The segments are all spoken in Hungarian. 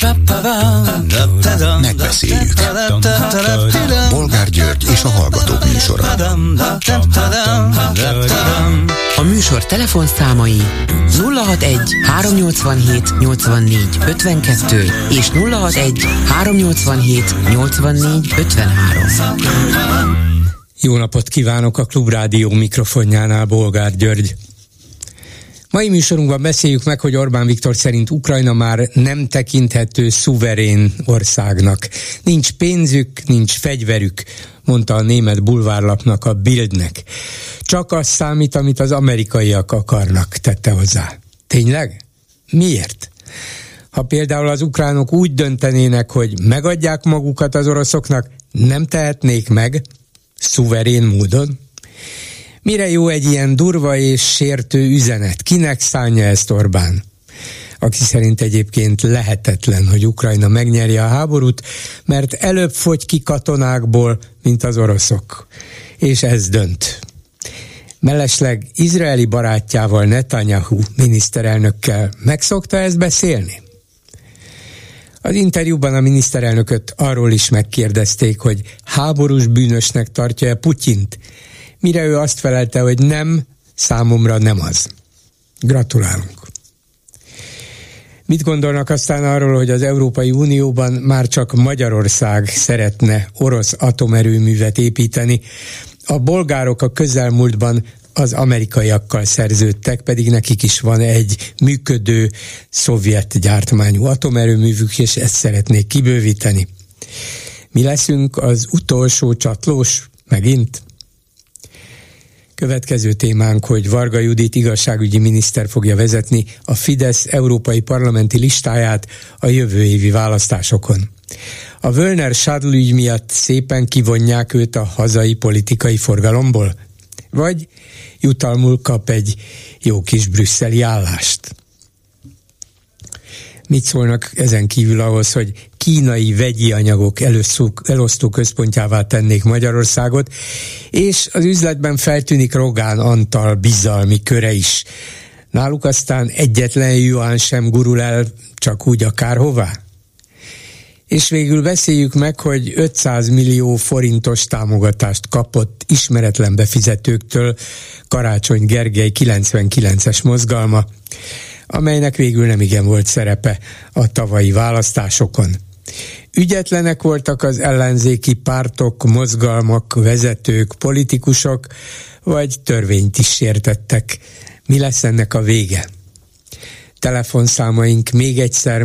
Megbeszéljük. Bolgár György és a Hallgatók műsora. A műsor telefonszámai 061 387 84 52 és 061 387 84 53. Jó napot kívánok, a Klubrádió mikrofonjánál Bolgár György. Mai műsorunkban beszéljük meg, hogy Orbán Viktor szerint Ukrajna már nem tekinthető szuverén országnak. Nincs pénzük, nincs fegyverük, mondta a német bulvárlapnak, a Bildnek. Csak az számít, amit az amerikaiak akarnak, tette hozzá. Tényleg? Miért? Ha például az ukránok úgy döntenének, hogy megadják magukat az oroszoknak, nem tehetnék meg szuverén módon? Mire jó egy ilyen durva és sértő üzenet? Kinek szánja ezt Orbán? Aki szerint egyébként lehetetlen, hogy Ukrajna megnyerje a háborút, mert előbb fogy ki katonákból, mint az oroszok. És ez dönt. Mellesleg izraeli barátjával, Netanyahu miniszterelnökkel megszokta ezt beszélni? Az interjúban a miniszterelnököt arról is megkérdezték, hogy háborús bűnösnek tartja-e Putyint, mire ő azt felelte, hogy nem, számomra nem az. Gratulálunk. Mit gondolnak aztán arról, hogy az Európai Unióban már csak Magyarország szeretne orosz atomerőművet építeni? A bolgárok a közelmúltban az amerikaiakkal szerződtek, pedig nekik is van egy működő szovjet gyártmányú atomerőművük, és ezt szeretnék kibővíteni. Mi leszünk az utolsó csatlós megint? Következő témánk, hogy Varga Judit igazságügyi miniszter fogja vezetni a Fidesz európai parlamenti listáját a jövő évi választásokon. A Wölner-Schadl ügy miatt szépen kivonják őt a hazai politikai forgalomból? Vagy jutalmul kap egy jó kis brüsszeli állást? Mit szólnak ezen kívül ahhoz, hogy kínai vegyi anyagok elosztó központjává tennék Magyarországot, és az üzletben feltűnik Rogán Antal bizalmi köre is. Náluk aztán egyetlen juan sem gurul el csak úgy akárhová? És végül beszéljük meg, hogy 500 millió forintos támogatást kapott ismeretlen befizetőktől Karácsony Gergely 99-es mozgalma, amelynek végül nem igen volt szerepe a tavalyi választásokon. Ügyetlenek voltak az ellenzéki pártok, mozgalmak, vezetők, politikusok, vagy törvényt is sértettek. Mi lesz ennek a vége? Telefonszámaink még egyszer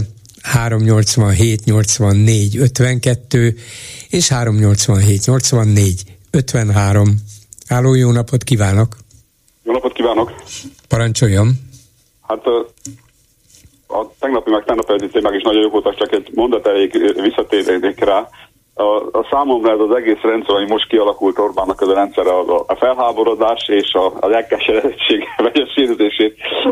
387 84 52 és 387 84 53. Háló, jó napot kívánok! Jó napot kívánok! Parancsoljon! Hát a tegnapi meg tegnapi előtti témák is nagyon jók voltak, csak egy mondat elég visszatérnék rá. A számomra ez az egész rendszer, ami most kialakult Orbánnak, ez a rendszer a felháborodás és az elkeseredettség vegyes érzését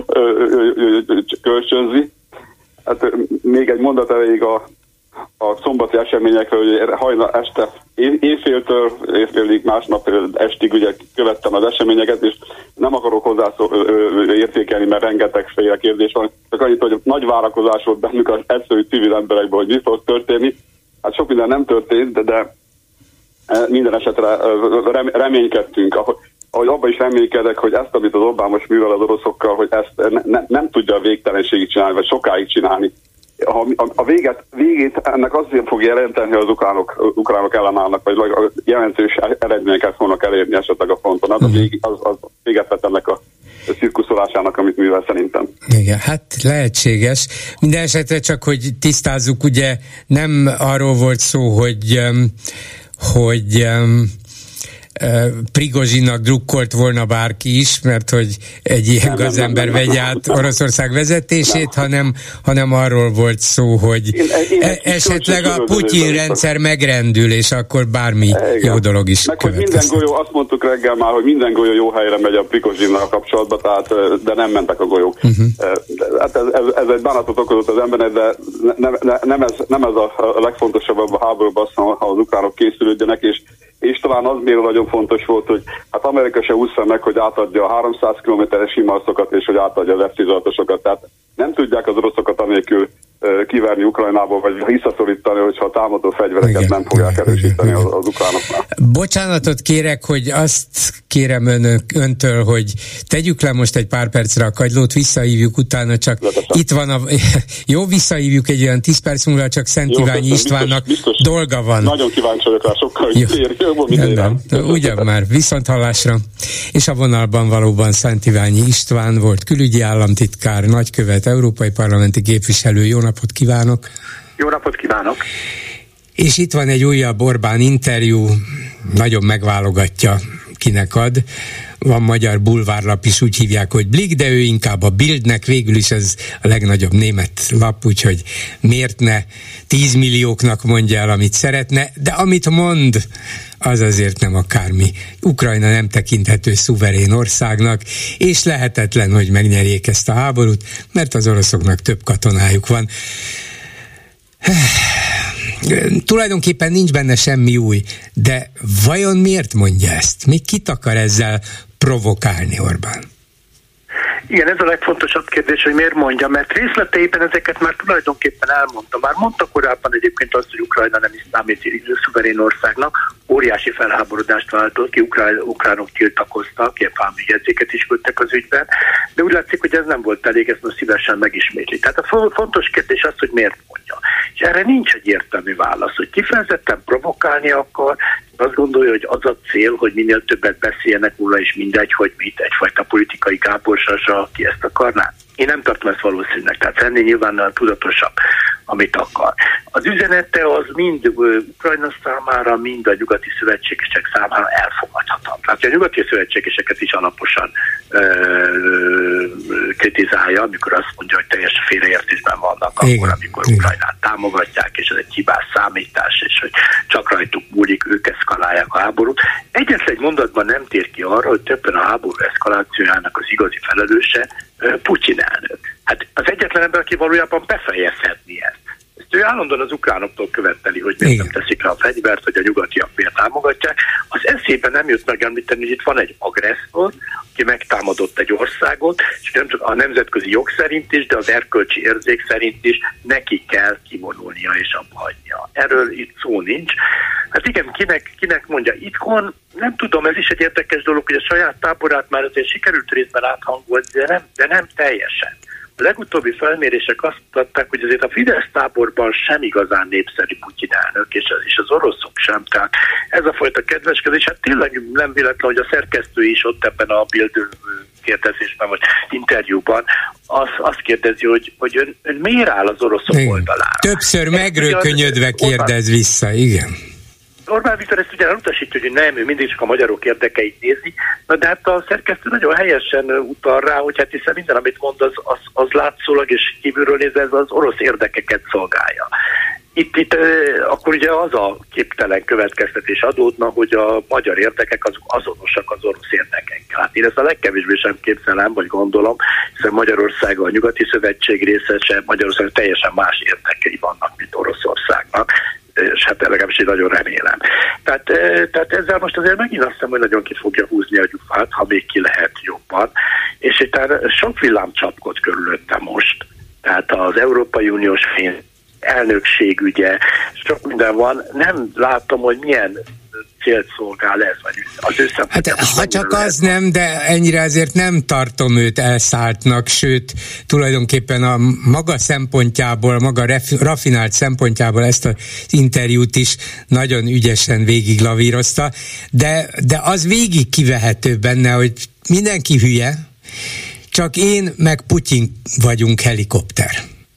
kölcsönzi. Hát még egy mondat elég a szombati eseményekről, hogy hajnal este éjfélig, másnap estig ugye követtem az eseményeket, és nem akarok hozzá értékelni, mert rengetegféle kérdés van, csak annyit, hogy nagy várakozás volt bennük az egyszerű civil emberekben, hogy mi fog történni. Hát sok minden nem történt, de minden esetre reménykedtünk. Ahogy abban is reménykedek, hogy ezt, amit az Orbán most művel az oroszokkal, hogy ezt nem tudja a végtelenségig csinálni, vagy sokáig csinálni. A végét ennek azért fog jelenteni, hogy az ukránok ellenállnak, vagy jelentős eredményeket fognak elérni esetleg a fronton. Az véget vett ennek a cirkuszolásának, amit művel szerintem. Igen, hát lehetséges. Minden esetre csak, hogy tisztázzuk, ugye nem arról volt szó, hogy Prigozsinnak drukkolt volna bárki is, mert hogy egy ilyen gazember vegye át Oroszország vezetését, hanem arról volt szó, hogy esetleg a Putyin rendszer megrendül, és akkor bármi jó dolog is következhet. Minden golyó, azt mondtuk reggel már, hogy minden golyó jó helyre megy a Prigozsinnal kapcsolatban, tehát, de nem mentek a golyók. Hát ez egy bánatot okozott az embernek, de nem ez a legfontosabb a háborúban, ha az ukránok készülődjenek, és talán az miért nagyon fontos volt, hogy hát Amerika se ússza meg, hogy átadja a 300 kilométeres himarszokat, és hogy átadja az F-16-osokat. Tehát nem tudják az oroszokat anélkül kivárni Ukrajnából, vagy visszaszorítani, hogyha a támadó fegyvereket nem fogják erősíteni az ukránoknál. Bocsánatot kérek, hogy azt kérem öntől, hogy tegyük le most egy pár percre a kagylót, visszahívjuk utána, csak itt van jó, visszahívjuk egy olyan 10 perc múlva, csak Szent Iványi Istvánnak biztos, dolga van. Nagyon kíváncsi vagyok rá, sokkal ugyan már, viszont hallásra. És a vonalban valóban Szent Iványi István volt külügyi államtitkár, nagykövet, európai parlamenti képviselő. Jó napot kívánok! Jó napot kívánok! És itt van egy újabb Orbán interjú, nagyon megválogatja, kinek ad. Van magyar bulvárlap is, úgy hívják, hogy Blick, de ő inkább a Bildnek, végül is ez a legnagyobb német lap, úgyhogy miért ne 10 millióknak mondja el, amit szeretne, de amit mond, az azért nem akármi. Ukrajna nem tekinthető szuverén országnak, és lehetetlen, hogy megnyerjék ezt a háborút, mert az oroszoknak több katonájuk van. Tulajdonképpen nincs benne semmi új, de vajon miért mondja ezt? Még kit akar ezzel provokálni Orbán? Igen, ez a legfontosabb kérdés, hogy miért mondja, mert részleteiben ezeket már tulajdonképpen elmondta. Már mondta korábban egyébként azt, hogy Ukrajna nem is számít szuverén országnak, óriási felháborodást váltott ki, ukránok tiltakoztak, ilyen jegyzéket is küldtek az ügyben, de úgy látszik, hogy ez nem volt elég, ezt most szívesen megismétli. Tehát a fontos kérdés az, hogy miért mondja. És erre nincs egy értelmű válasz, hogy kifejezetten provokálni akar, azt gondolja, hogy az a cél, hogy minél többet beszéljenek róla, és mindegy, hogy mit, egyfajta politikai káporsasa, aki ezt akarná. Én nem tartom ezt valószínűleg, tehát ennél nyilván tudatosabb, amit akar. Az üzenete az mind Ukrajna számára, mind a nyugati szövetségesek számára elfogadhatatlan. Tehát a nyugati szövetségeseket is alaposan kritizálja, amikor azt mondja, hogy teljes félreértésben vannak akkor, amikor Ukrajnát támogatják, és ez egy hibás számítás, és hogy csak rajtuk múlik, ők eszkalálják a háborút. Egyetlen egy mondatban nem tér ki arra, hogy többen a háború eszkalációjának az igazi felelőse Putyin elnök. Hát az egyetlen ember, aki valójában befejezhetni ezt. Ezt ő állandóan az ukránoktól követeli, hogy miért nem teszik le a fegyvert, hogy a nyugatiak miért támogatják. Az eszébe nem jött megemlíteni, hogy itt van egy agresszor, aki megtámadott egy országot, és nem csak a nemzetközi jog szerint is, de az erkölcsi érzék szerint is neki kell kivonulnia és abba hagynia. Erről itt szó nincs. Hát igen, kinek mondja itthon, nem tudom, ez is egy érdekes dolog, hogy a saját táborát már azért sikerült részben áthangolni, de nem teljesen. A legutóbbi felmérések azt mutatták, hogy azért a Fidesz táborban sem igazán népszerű Putyin elnök, és az oroszok sem. Tehát ez a fajta kedveskedés, hát tényleg nem véletlen, hogy a szerkesztő is ott ebben a Bild kérdezésben, vagy interjúban azt kérdezi, hogy ön miért áll az oroszok oldalára. Többször megrökönyödve kérdez vissza, igen. Orbán Viktor ezt ugye elutasítja, hogy nem, ő mindig csak a magyarok érdekeit nézi, de hát a szerkesztő nagyon helyesen utal rá, hogy hát hiszen minden, amit mond, az látszólag és kívülről nézve ez az orosz érdekeket szolgálja. Itt akkor ugye az a képtelen következtetés adódna, hogy a magyar érdekek azok azonosak az orosz érdekekkel. Hát én ezt a legkevésbé sem képzelem, vagy gondolom, hiszen Magyarország a nyugati szövetség része sem, Magyarország teljesen más érdekei vannak, mint Oroszországnak. És hát legalábbis én nagyon remélem. Tehát ezzel most azért megint azt hiszem, hogy nagyon ki fogja húzni a gyufát, ha még ki lehet jobban. És itt sok villám csapkod körülötte most. Tehát az Európai Uniós elnökségügye, sok minden van. Nem látom, hogy milyen célt szolgál ez, vagy az hát, ha csak az nem, de ennyire azért nem tartom őt elszálltnak, sőt, tulajdonképpen a maga szempontjából, maga rafinált szempontjából ezt az interjút is nagyon ügyesen végiglavírozta, de az végig kivehető benne, hogy mindenki hülye, csak én meg Putyin vagyunk helikopter.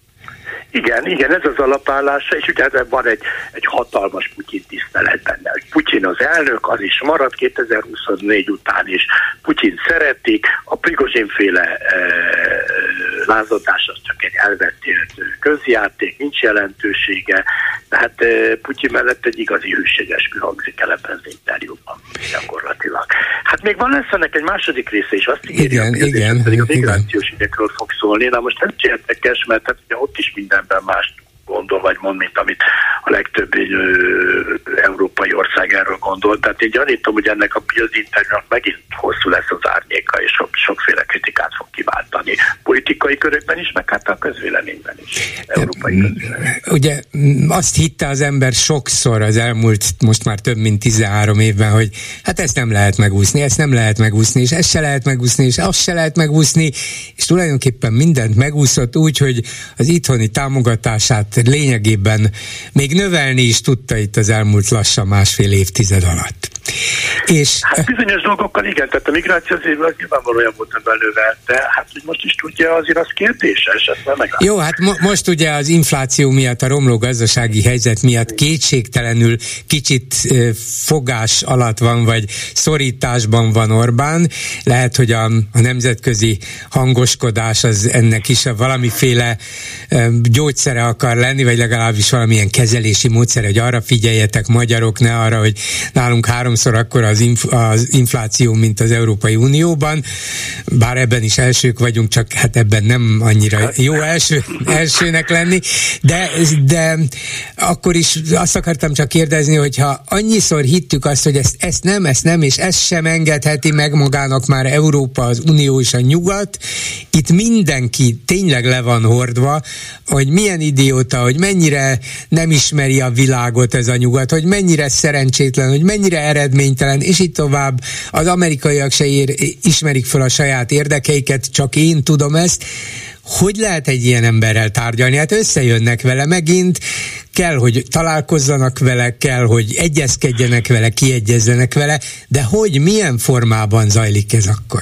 Igen, ez az alapállása, és ugye van egy hatalmas Putyin tisztelet benne. Putyin az elnök, az is marad 2024 után is. Putyin szeretik, a Prigozsin-féle lázadás az csak egy elvettélt közjáték, nincs jelentősége, tehát Putyin mellett egy igazi hűségeskü hangzik el ebben az interjúban gyakorlatilag. Hát még van lesz ennek egy második része is, azt ígéri, pedig a migrációs ügyekről fog szólni. Na most ez érdekes, mert hát ugye ott is mindenben más gondol, vagy mond, mint amit a legtöbb európai ország erről gondol. Tehát én gyanítom, hogy ennek a Bild interjúnak megint hosszú lesz az árnyéka, és sokféle kritikát fog kiváltani. Politikai körökben is, meg hát a közvéleményben is. Ugye azt hitte az ember sokszor az elmúlt, most már több mint 13 évben, hogy hát ezt nem lehet megúszni, ezt nem lehet megúszni, és ezt se lehet megúszni, és azt se lehet megúszni, és tulajdonképpen mindent megúszott úgy, hogy az itthoni támogatását lényegében még növelni is tudta itt az elmúlt lassan másfél évtized alatt. És hát bizonyos dolgokkal igen, tehát a migráció azért nyilvánvalóan volt belőle, de hát hogy most is tudja, azért az kérdéses, ezt nem megállapítani. Jó, hát most ugye az infláció miatt, a romló gazdasági helyzet miatt kétségtelenül kicsit fogás alatt van, vagy szorításban van Orbán. Lehet, hogy a nemzetközi hangoskodás az ennek is valamiféle gyógyszere akar lenni, vagy legalábbis valamilyen kezelési módszer, hogy arra figyeljetek magyarok, ne arra, hogy nálunk 3-szor akkor az infláció, mint az Európai Unióban, bár ebben is elsők vagyunk, csak hát ebben nem annyira jó elsőnek lenni, de akkor is azt akartam csak kérdezni, hogyha annyiszor hittük azt, hogy ezt nem, és ezt sem engedheti meg magának már Európa, az Unió és a Nyugat, itt mindenki tényleg le van hordva, hogy milyen idióta, hogy mennyire nem ismeri a világot ez a Nyugat, hogy mennyire szerencsétlen, hogy mennyire eredménytelen, és így tovább. Az amerikaiak se ismerik fel a saját érdekeiket, csak én tudom ezt. Hogy lehet egy ilyen emberrel tárgyalni? Hát összejönnek vele megint, kell, hogy találkozzanak vele, kell, hogy egyezkedjenek vele, kiegyezzenek vele, de hogy, milyen formában zajlik ez akkor?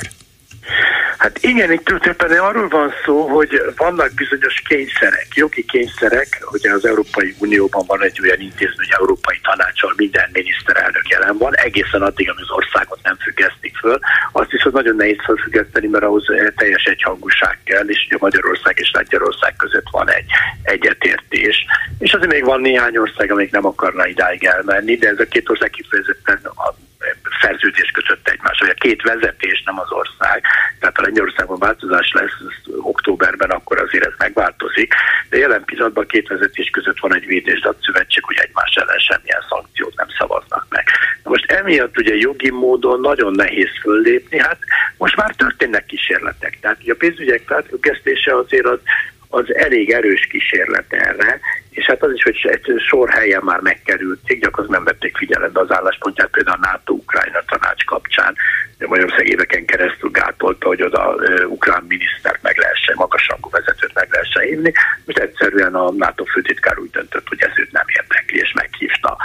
Hát igen, itt tulajdonképpen arról van szó, hogy vannak bizonyos kényszerek, jogi kényszerek, ugye az Európai Unióban van egy olyan intézmény, Európai Tanácssal minden miniszterelnök jelen van, egészen addig, amíg az országot nem függesztik föl. Azt is, hogy nagyon nehéz felfüggeszteni, mert ahhoz teljes egyhangúság kell, és ugye Magyarország és Lengyelország között van egy egyetértés. És azért még van néhány ország, amelyik nem akarna idáig elmenni, de ez a két ország kifejezetten a szerződés kötött egymás, vagy a két vezetés, nem az ország. Tehát a Lengyelországban változás lesz októberben, akkor azért ez megváltozik, de jelen pillanatban a két vezetés között van egy védésdatszövetség, hogy egymás ellen semmilyen szankciót nem szavaznak meg. Na most emiatt ugye jogi módon nagyon nehéz föllépni, hát most már történnek kísérletek. Tehát ugye a pénzügyek felfüggesztése azért az elég erős kísérlet erre, és hát az is, hogy egy sor helyen már megkerülték, gyakorlatilag nem vették figyelembe az álláspontját, például a NATO-Ukrajna tanács kapcsán. Magyarország éveken keresztül gátolta, hogy oda ukrán minisztert meg lehessen, magasrangú vezetőt meg lehessen hívni. Most egyszerűen a NATO főtitkár úgy döntött, hogy ez őt nem érdekli, és meghívta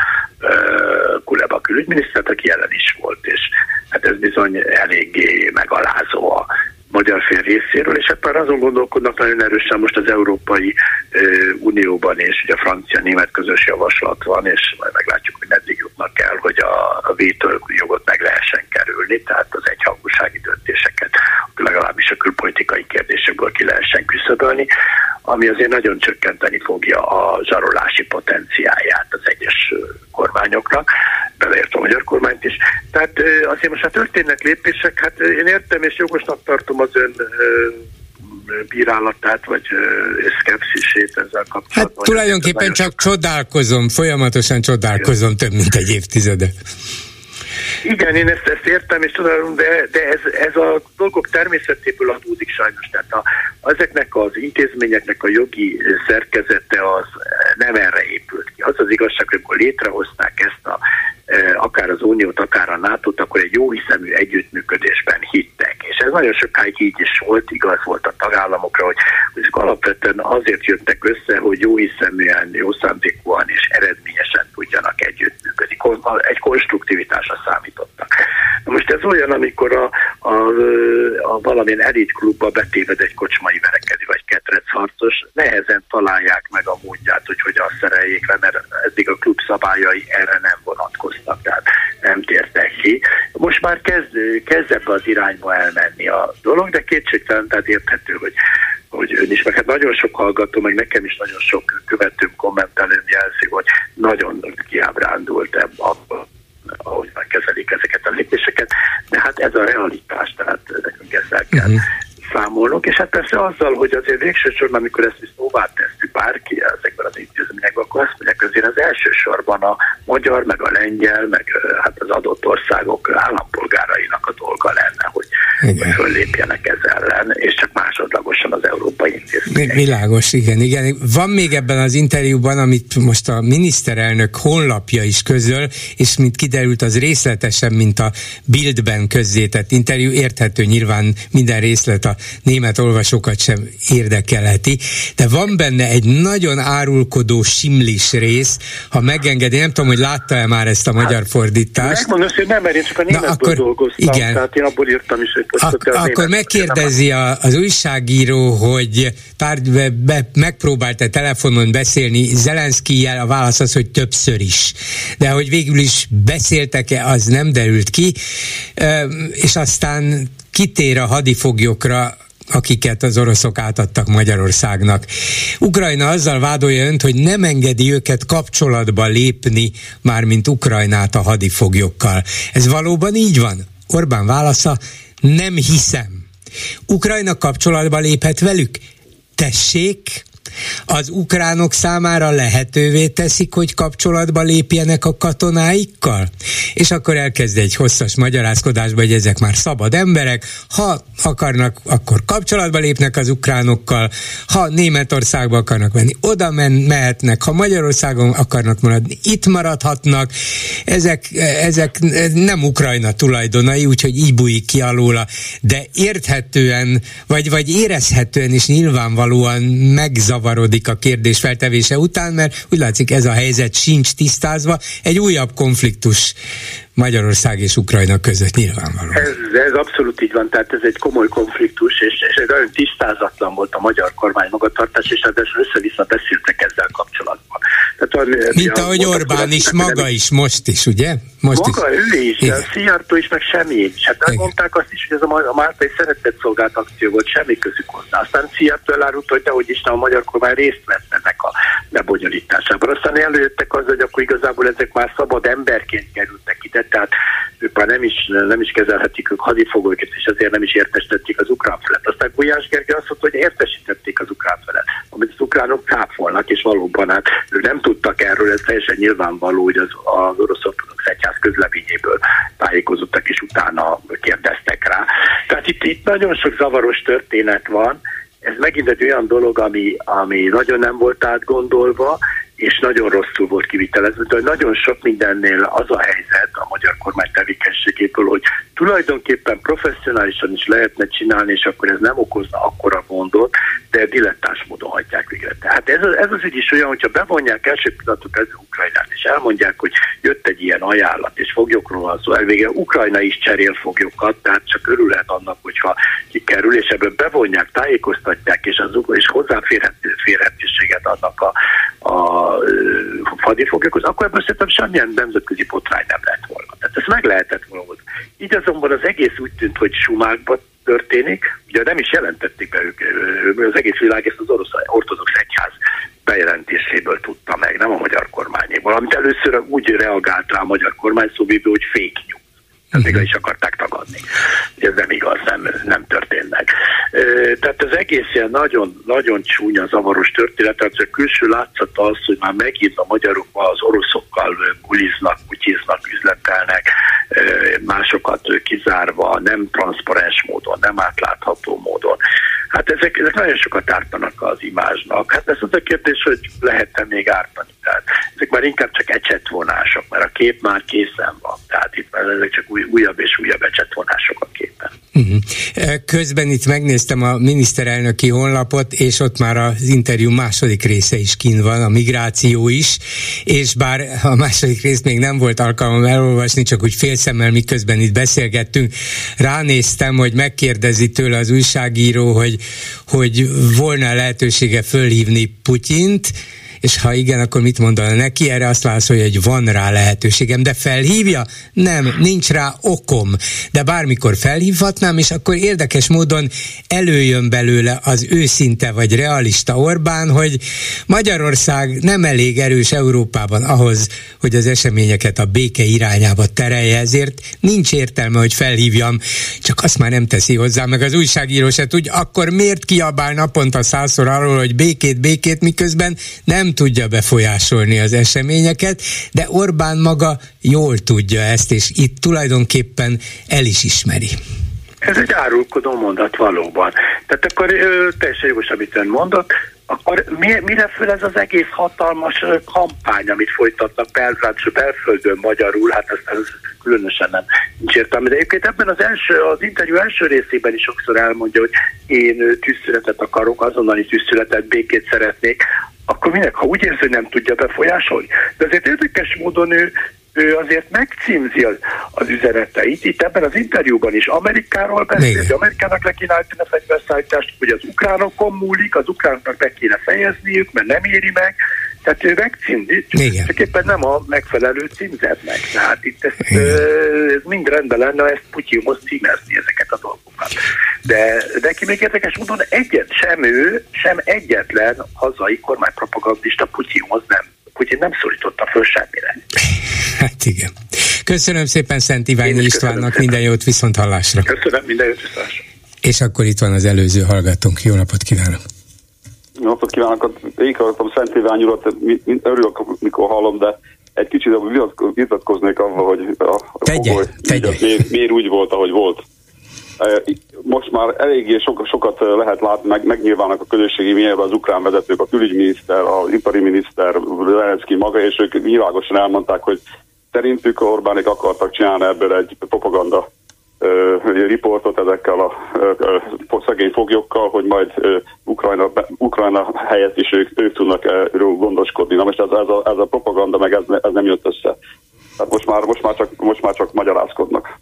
Kuleba külügyminisztert, aki jelen is volt, és hát ez bizony eléggé megalázó a magyar fél részéről, és hát már azon gondolkodnak nagyon erősen most az Európai Unióban, és ugye a francia-német közös javaslat van, és majd meglátjuk, hogy meddig jutnak el, hogy a vétójogot meg lehessen kerülni, tehát az egyhangúsági döntéseket legalábbis a külpolitikai kérdésekből ki lehessen küszöbölni, ami azért nagyon csökkenteni fogja a zsarolási potenciáját az egyes kormányoknak, beleértve a magyar kormányt is. Tehát azért most hát történnek lépések, hát én értem és jogosnak tartom az ön bírálatát, vagy szkepszisét ezzel kapcsolatban. Hát tulajdonképpen csak csodálkozom, folyamatosan csodálkozom több mint egy évtizede. Igen, én ezt értem, és tudom, de ez a dolgok természetéből adódik sajnos. Tehát ezeknek az intézményeknek a jogi szerkezete az nem erre épült ki. Az az igazság, hogy amikor létrehozták ezt akár az Uniót, akár a NATO-t, akkor egy jóhiszemű együttműködésben hittek. És ez nagyon sokáig így is volt, igaz volt a tagállamokra, hogy alapvetően azért jöttek össze, hogy jóhiszeműen, jó szándékúan és eredményesen tudjanak együttműködni. Egy konstruktivitásra számítottak. Na most ez olyan, amikor a valamilyen elitklubba betéved egy kocsmai verekedő vagy ketrecharcos, nehezen találják meg a módját, hogy hogyan szereljék le, mert eddig a klub szabályai erre nem vonatkoztak, tehát nem tértek ki. Most már kezd ebbe az irányba elmenni a dolog, de kétségtelen, tehát érthető, hogy ön is, meg hát nagyon sok hallgató, meg nekem is nagyon sok követőm kommentelőm jelzi, hogy nagyon kiábrándult abban, ahogy kezelik ezeket a lépéseket, de hát ez a realitás, tehát nekünk ezzel kell számolnunk, és hát persze azzal, hogy azért végső sorban, amikor ezt is szóvá tesszük bárki ezekben az intézményekben, akkor azt mondják, azért az elsősorban a magyar, meg a lengyel, meg hát az adott országok állampolgárainak a dolga lenne, hogy föllépjenek ez ellen, és csak másodlagosan az európai intézmények. Világos, igen. Van még ebben az interjúban, amit most a miniszterelnök honlapja is közöl, és mint kiderült, az részletesen, mint a Bildben közzétett interjú, érthető nyilván minden részlet a német olvasókat sem érdekelheti, de van benne egy nagyon árulkodó simlis rész, ha megengedi, nem tudom, hogy látta-e már ezt a magyar fordítást. Megmondom, hogy nem, mert én csak a németből dolgoztam, igen. Tehát én abból írtam is, hogy akkor megkérdezi az újságíró, hogy megpróbált-e telefonon beszélni Zelenszkijjel, a válasz az, hogy többször is. De hogy végül is beszéltek-e, az nem derült ki, és aztán kitér a hadifoglyokra, akiket az oroszok átadtak Magyarországnak. Ukrajna azzal vádolja önt, hogy nem engedi őket kapcsolatba lépni, mármint Ukrajnát a hadifoglyokkal. Ez valóban így van? Orbán válasza: nem hiszem. Ukrajna kapcsolatba léphet velük? Tessék! Az ukránok számára lehetővé teszik, hogy kapcsolatba lépjenek a katonáikkal? És akkor elkezd egy hosszas magyarázkodásba, hogy ezek már szabad emberek, ha akarnak, akkor kapcsolatba lépnek az ukránokkal, ha Németországba akarnak menni, oda mehetnek, ha Magyarországon akarnak maradni, itt maradhatnak. Ezek nem Ukrajna tulajdonai, úgyhogy így bújik ki alóla, de érthetően, vagy érezhetően és nyilvánvalóan megzavarodik a kérdés feltevése után, mert úgy látszik, ez a helyzet sincs tisztázva, egy újabb konfliktus Magyarország és Ukrajna között nyilvánvalóan. Ez abszolút így van, tehát ez egy komoly konfliktus, és egy nagyon tisztázatlan volt a magyar kormány magatartás, és ráadásul össze-vissza beszéltek ezzel kapcsolatban. Tehát, mint ahogy Orbán is, maga is, most is, ugye? Maga ő is, Szijjártó is, meg semmi is. Hát mondták azt is, hogy ez a Máltai szeretetszolgált akció volt, semmi közük hozzá. Aztán Szijjártó elárulta, hogy dehogy Isten, a magyar kormány részt vett ennek a lebonyolításában. Aztán előjöttek az, hogy akkor igazából ezek már szabad emberként kerültek ide, tehát ők már nem is kezelhetik ők hadifogókat, és ezért nem is értesítették az ukrán felet. Aztán Gulyás Gergely azt mondta, hogy értesítették az ukrán felet, amit az ukránok cáfolnak, és valóban hát ők nem tudtak erről, ez teljesen nyilvánvaló, hogy az orosz ortodox egyház közleményéből tájékozottak, és utána kérdeztek rá. Tehát itt nagyon sok zavaros történet van, ez megint egy olyan dolog, ami nagyon nem volt átgondolva, és nagyon rosszul volt kivitelezve, de nagyon sok mindennél az a helyzet a magyar kormány tevékenységéből, hogy tulajdonképpen professzionálisan is lehetne csinálni, és akkor ez nem okozna akkora gondot, de dilettáns módon hagyják végre. Tehát ez az ügy is olyan, hogyha bevonják első pillanatok ez Ukrajnát, és elmondják, hogy jött egy ilyen ajánlat, és foglyokról van szó, elvégre Ukrajna is cserél foglyokat, tehát csak örülhet annak, hogyha kikerül, és ebből bevonják, tájékoztatják, és hozzáférhetőséget adnak a hadifoglyokhoz, akkor ebből szerintem semmilyen nemzetközi botrány nem lett volna. Tehát ezt meg lehetett volna. Így azonban az egész úgy tűnt, hogy sumákban történik, ugye nem is jelentették be ők, az egész világ ezt az ortodox egyház bejelentéséből tudta meg, nem a magyar kormányéból, amit először úgy reagált rá a magyar kormány szóvívő, hogy fake news. Tehát még is akarták tagadni. Ez nem igaz, nem történt meg. Tehát az egész ilyen nagyon, nagyon csúnya, zavaros történet, tehát a külső látszata az, hogy már megint a magyarok az oroszokkal buliznak, kutyiznak, üzletelnek, másokat kizárva, nem transzparens módon, nem átlátható módon. Hát ezek nagyon sokat ártanak az imázsnak. Hát ez az a kérdés, hogy lehet-e még ártani. Tehát ezek már inkább csak ecsetvonások, mert a kép már készen van. Tehát itt már ezek csak újabb és újabb ecsetvonások a képen. Közben itt megnéztem a miniszterelnöki honlapot, és ott már az interjú második része is kint van, a migráció is, és bár a második részt még nem volt alkalmam elolvasni, csak úgy félszemmel, miközben itt beszélgettünk, ránéztem, hogy megkérdezi tőle az újságíró, hogy volna lehetősége fölhívni Putyint, és ha igen, akkor mit mondana neki? Erre azt válaszolja, hogy van rá lehetőségem, de felhívja? Nem, nincs rá okom. De bármikor felhívhatnám, és akkor érdekes módon előjön belőle az őszinte vagy realista Orbán, hogy Magyarország nem elég erős Európában ahhoz, hogy az eseményeket a béke irányába terelje, ezért nincs értelme, hogy felhívjam, csak azt már nem teszi hozzá, meg az újságíró se tudja, akkor miért kiabál naponta 100-szor arról, hogy békét, miközben nem tudja befolyásolni az eseményeket, de Orbán maga jól tudja ezt, és itt tulajdonképpen el is ismeri. Ez egy árulkodó mondat valóban. Tehát akkor teljesen jogos, amit ön mondott, akkor mire föl ez az egész hatalmas kampány, amit folytatnak belföldön magyarul, hát ez különösen nem nincs értelme. De egyébként ebben az interjú első részében is sokszor elmondja, hogy én tűzszünetet akarok, azonnali tűzszünetet, békét szeretnék, akkor minek, ha úgy érzi, hogy nem tudja befolyásolni. De azért érdekes módon ő azért megcímzi az üzeneteit. Itt ebben az interjúban is Amerikáról beszél, hogy Amerikának le kéne állítani a fegyverszállítást, hogy az ukránokon múlik, az ukránoknak be kéne fejezniük, mert nem éri meg. Tehát ő megcímzi, csak éppen nem a megfelelő címzetnek. Tehát itt ez mind rendben lenne, ezt Putyinhoz címezni ezeket a dolgokat. De neki még érdekes módon sem egyetlen hazai kormánypropagandista Putyinhoz Putyin nem szólította föl semmire. Hát igen. Köszönöm szépen Szent Iványi Istvánnak, minden jót, viszont hallásra. Köszönöm, minden jót, viszont hallásra. És akkor itt van az előző hallgatónk. Jó napot kívánok! Jó napot kívánok! Én hallottam Szent Iványi urat, örülök, mikor hallom, de egy kicsit vitatkoznék avval, hogy miért úgy volt, ahogy volt. Most már eléggé sokat lehet látni, megnyilvánnak a közösségi médiában az ukrán vezetők, a külügyminiszter, az ipari miniszter, Zelenszky maga, és ők nyilvánosan elmondták, hogy szerintük Orbánék akartak csinálni ebből egy propaganda riportot ezekkel a szegény foglyokkal, hogy majd Ukrajna helyett is ők tudnak gondoskodni. Na most ez a propaganda, meg ez nem jött össze. Tehát most már csak magyarázkodnak.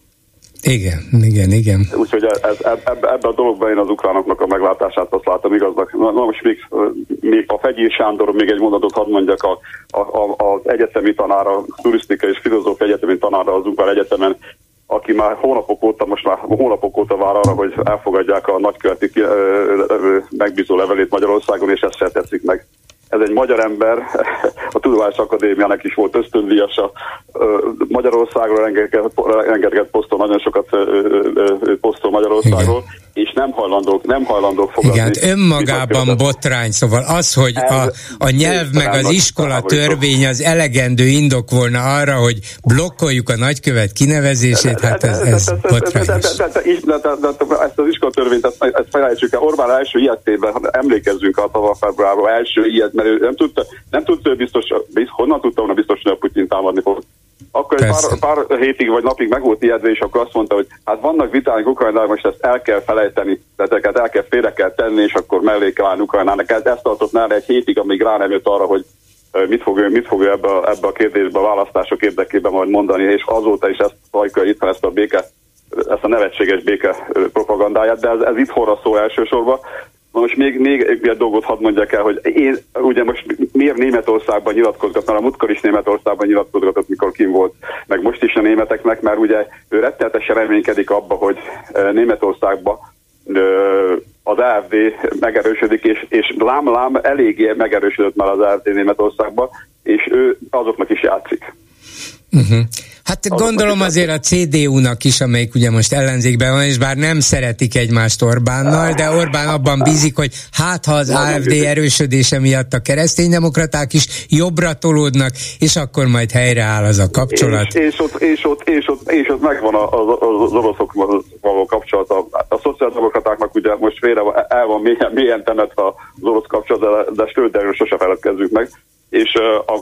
Igen. Úgyhogy ebben a dologban én az ukránoknak a meglátását azt látom igaznak. Na most még a Fegyi Sándor, még egy mondatot hadd mondjak, az egyetemi tanára, turisztika és filozófia egyetemi tanára az ukrán egyetemen, aki már hónapok óta vár arra, hogy elfogadják a nagyköveti megbízó levelét Magyarországon, és ezt se teszik meg. Ez egy magyar ember, a Tudományos Akadémiának is volt ösztöndíjasa, Magyarországról rengeteget posztol, nagyon sokat posztol Magyarországról, és nem hajlandók fogadni. Igen, hát önmagában botrány, szóval az, hogy a nyelv meg az iskola törvény az elegendő indok volna arra, hogy blokkoljuk a nagykövet kinevezését, hát ez botrány. Ezt az iskola törvényt, ezt felejtsük el. Orbán első ilyetében, emlékezzünk a tavaly februárban, első ilyet, mert ő nem tudta biztos, honnan tudta volna biztos, hogy a Putyin támadni fog. Akkor egy pár hétig vagy napig meg volt ijedve, és akkor azt mondta, hogy hát vannak vitáink Ukrajnában, most ezt el kell felejteni, tehát el kell félre kell tenni, és akkor mellé kell állni Ukrajnának. Ezt tartott nála egy hétig, amíg rá nem jött arra, hogy mit fog ebbe a kérdésbe a választások érdekében majd mondani, és azóta is ezt hajka itt van ezt a nevetséges béke propagandáját, de ez itthonra szól elsősorban. Most még egy dolgot hadd mondjak el, hogy én ugye most miért Németországban nyilatkozgat, mert a múltkor is Németországban nyilatkozgatott, mikor kim volt, meg most is a németeknek, mert ugye ő rettenetesen reménykedik abba, hogy Németországban az AfD megerősödik, és lám eléggé megerősödött már az AfD Németországban, és ő azoknak is játszik. Uh-huh. Hát gondolom azért a CDU-nak is, amelyik ugye most ellenzékben van, és bár nem szeretik egymást Orbánnal, de Orbán abban bízik, hogy ha az AfD erősödése miatt a kereszténydemokraták is jobbra tolódnak, és akkor majd helyreáll az a kapcsolat. És ott megvan az oroszok való kapcsolat. A szociáldemokratáknak ugye most el van mélyen temetve az orosz kapcsolat, de Schröderről sose feledkezzük meg. És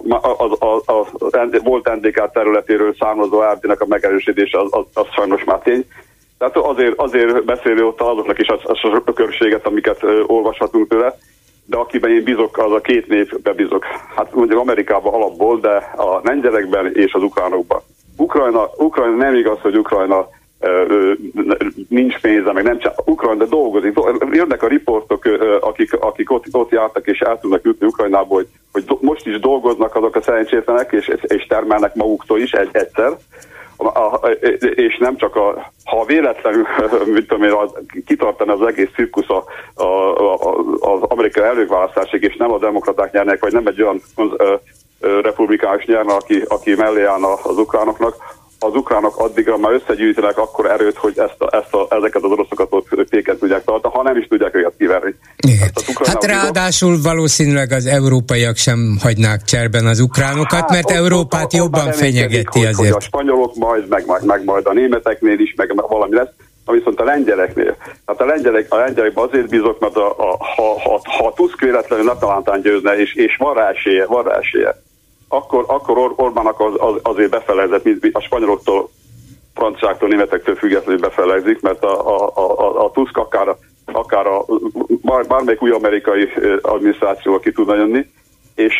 a volt NDK területéről származó AfD-nek a megerősítése az sajnos már tény. Tehát azért beszélő ott azoknak is az ökörséget, amiket olvashatunk tőle, de akiben én bízok, az a két névben bízok. Hát mondjuk Amerikában alapból, de a lengyelekben és az ukránokban. Ukrajna nem igaz, hogy Ukrajna nincs pénze, meg nem csak Ukrajna, de dolgozik. Jönnek a riportok, akik ott jártak és el tudnak jutni Ukrajnából, hogy most is dolgoznak azok a szerencsétlenek, és termelnek maguktól is egyszer. És nem csak ha véletlenül, kitartana az egész cirkusz az amerikai előválasztásig, és nem a demokraták nyernek, vagy nem egy olyan republikánus nyerne, aki mellé állna az ukránoknak, az ukránok addigra már összegyűjtenek akkor erőt, hogy ezeket az oroszokat ott féken tudják tartani, ha nem is tudják őket kiverni. Hát ráadásul valószínűleg az európaiak sem hagynák cserben az ukránokat, mert Európát jobban fenyegeti azért. Hogy a spanyolok meg majd a németeknél is, meg valami lesz. viszont a lengyeleknél, hát a lengyelekben azért bízok, mert ha Tusk véletlenül natalántán győzne, és van rá esélye, akkor Orbánnak azért befelezett, mint a spanyoloktól, franciáktól, németektől függetlenül befelegzik, mert a Tusk akár bármelyik új amerikai adminisztrációval ki tudna jönni, és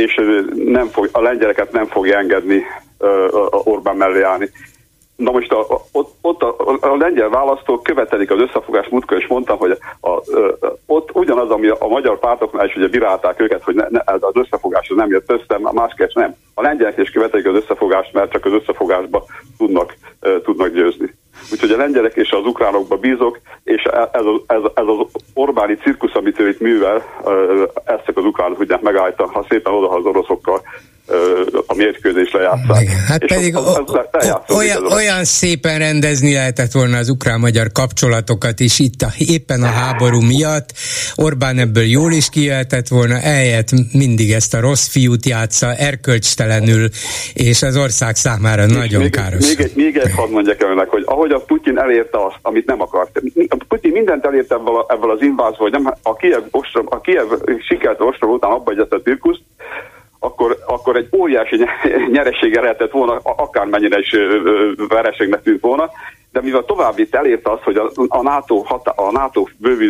a lengyeleket nem fogja engedni Orbán mellé állni. Na most ott a lengyel választók követelik az összefogást, múltkor is mondtam, hogy ott ugyanaz, ami a magyar pártoknál is ugye bírálták őket, hogy az összefogás nem jött össze, másképp nem. A lengyelek is követelik az összefogást, mert csak az összefogásba tudnak győzni. Úgyhogy a lengyelek és az ukránokba bízok, és ez az Orbáni cirkusz, amit ő itt művel, ezt az ukránok tudják megállítani, ha szépen oda az oroszokkal a mérkőzést lejátszák. Igen, hát és pedig olyan szépen rendezni lehetett volna az ukrán-magyar kapcsolatokat is itt éppen a háború miatt. Orbán ebből jól is kijöhetett volna, ehelyett mindig ezt a rossz fiút játsza, erkölcstelenül, és az ország számára és nagyon káros. Még egy hadd mondjak önnek, hogy ahogy a Putyin elérte azt, amit nem akart. Putyin mindent elérte ebből az invázióval, hogy nem, a Kijev sikert ostrom után abba egyet a cirkuszt, akkor egy óriási nyeresége lehetett volna, akármennyire is vereségnek tűnt volna, de mivel további elérte azt, hogy a NATO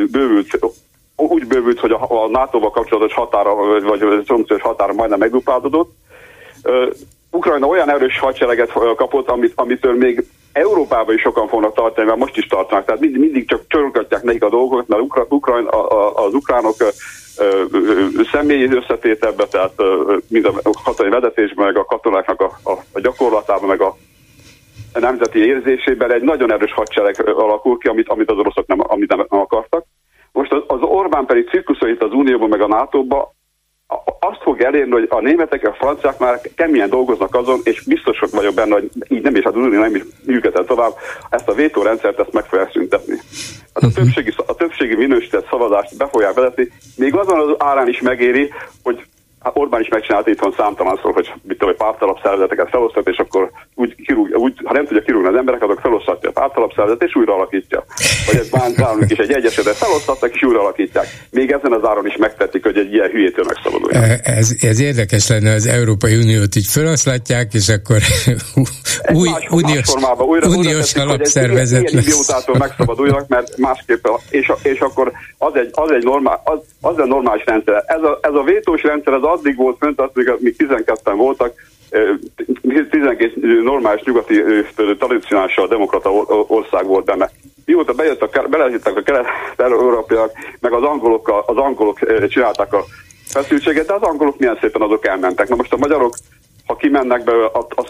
úgy bővült, hogy a NATO-val kapcsolatos határa, vagy szombszédos határa majdnem megduplázódott, Ukrajna olyan erős hadsereget kapott, amitől még Európában is sokan fognak tartani, mert most is tartanak. Tehát mindig csak csorgatják nekik a dolgokat, mert az ukránok személyi összetételbe, tehát mind a katonai vezetésben, meg a katonáknak a gyakorlatában, meg a nemzeti érzésében egy nagyon erős hadsereg alakul ki, amit az oroszok nem akartak. Most az Orbán pedig cirkuszait az Unióban, meg a NATO-ban azt fog elérni, hogy a németek, a franciák már keményen dolgoznak azon, és biztosak vagyok benne, hogy így nem is, az Unió nem is működhet tovább, ezt a vétórendszert ezt meg fogják szüntetni. A többségi minősített szavazást be fogják vezetni, még azon az árán is megéri, hogy Orbán is megcsinált itthon számtalanszor, hogy pártalap szervezeteket felosztott, és akkor ha nem tudja kirúgni az emberek, azok felosztatja a pártalap szervezetet, és újra alakítja. Vagy ez nálunk is egy egyesetet felosztattak, és újra alakítják. Még ezen az áron is megtették, hogy egy ilyen hülyétől megszabadulják. Ez érdekes lenne, az Európai Uniót így feloszlatják, és akkor új uniós alapszervezet lesz. Ilyen idiótától megszabaduljanak, mert másképp, és akkor az egy normális rendszer. Ez a vétós rendszer, ez addig volt fönt, míg 12-en voltak, 12 normális nyugati tradicionális demokrata ország volt benne. Mióta belejöttek a kelet-európaiak, meg az angolok csinálták a feszültséget, de az angolok milyen szépen azok elmentek. Na most a magyarok, ha kimennek be,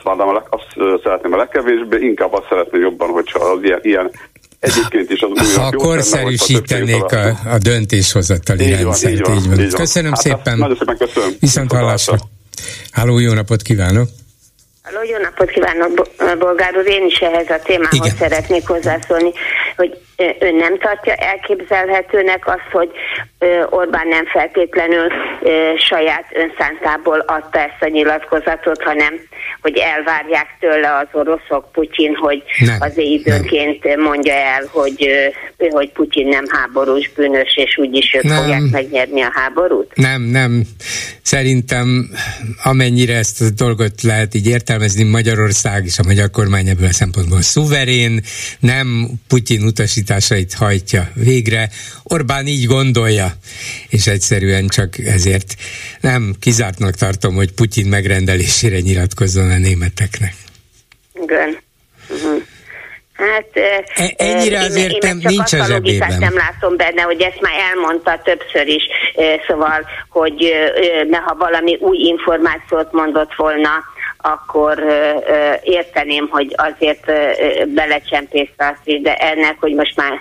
azt szeretném a legkevésbé, inkább azt szeretném jobban, hogyha az ilyen egyébként is az ha korszerűsítenék a döntéshozatali rendszert. Így van. Köszönöm szépen. Nagyon szépen köszönöm. Viszont hallásra. Háló, jó napot kívánok! Halló, jó napot kívánok, Bolgár úr, én is ehhez a témához szeretnék hozzászólni, hogy ön nem tartja elképzelhetőnek azt, hogy Orbán nem feltétlenül saját önszántából adta ezt a nyilatkozatot, hanem hogy elvárják tőle az oroszok, Putyin, hogy azért időnként mondja el, hogy Putyin nem háborús bűnös, és úgyis ők fogják megnyerni a háborút? Nem. Szerintem amennyire ezt a dolgot lehet így értelmezni, Magyarország és a magyar kormány ebből a szempontból szuverén, nem Putyin utasításait hajtja végre. Orbán így gondolja, és egyszerűen csak ezért nem kizártnak tartom, hogy Putyin megrendelésére nyilatkozzon a németeknek. Igen. Uh-huh. Hát ennyire azért nincs a zsebében. Nem látom benne, hogy ezt már elmondta többször is, szóval, hogy ha valami új információt mondott volna, akkor érteném, hogy azért belecsempészte azt is, de ennek, hogy most már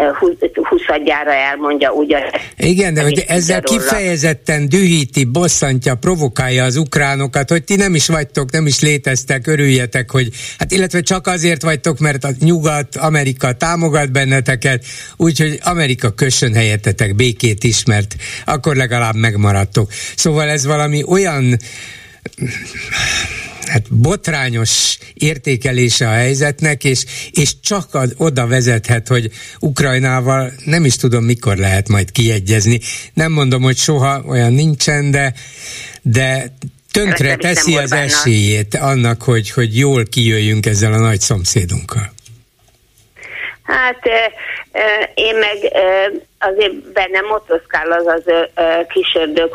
20-adjára elmondja ugyanezt. Igen, de hogy ezzel kifejezetten dühíti, bosszantja, provokálja az ukránokat, hogy ti nem is vagytok, nem is léteztek, örüljetek, hogy hát illetve csak azért vagytok, mert a Nyugat, Amerika támogat benneteket, úgyhogy Amerika kössön helyettetek békét is, mert akkor legalább megmaradtok. Szóval ez valami olyan botrányos értékelése a helyzetnek, és csak oda vezethet, hogy Ukrajnával nem is tudom, mikor lehet majd kiegyezni. Nem mondom, hogy soha, olyan nincsen, de tönkre teszi az esélyét annak, hogy jól kijöjjünk ezzel a nagy szomszédunkkal. Hát én meg azért bennem motoszkál az kis ördög,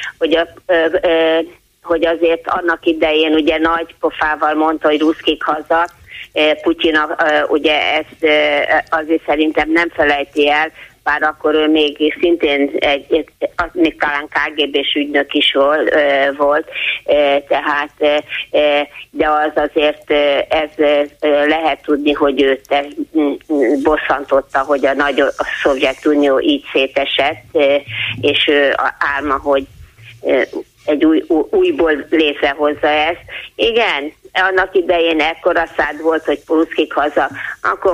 hogy azért annak idején ugye nagy pofával mondta, hogy ruszkik haza, Putyin ugye ezt azért szerintem nem felejti el, bár akkor ő még szintén még talán KGB-s ügynök is volt, tehát, de az azért ez lehet tudni, hogy őt bosszantotta, hogy a Szovjetunió így szétesett, és ő álma, hogy egy újból létrehozza ezt. Igen, annak idején ekkora szád volt, hogy ruszkik haza, akkor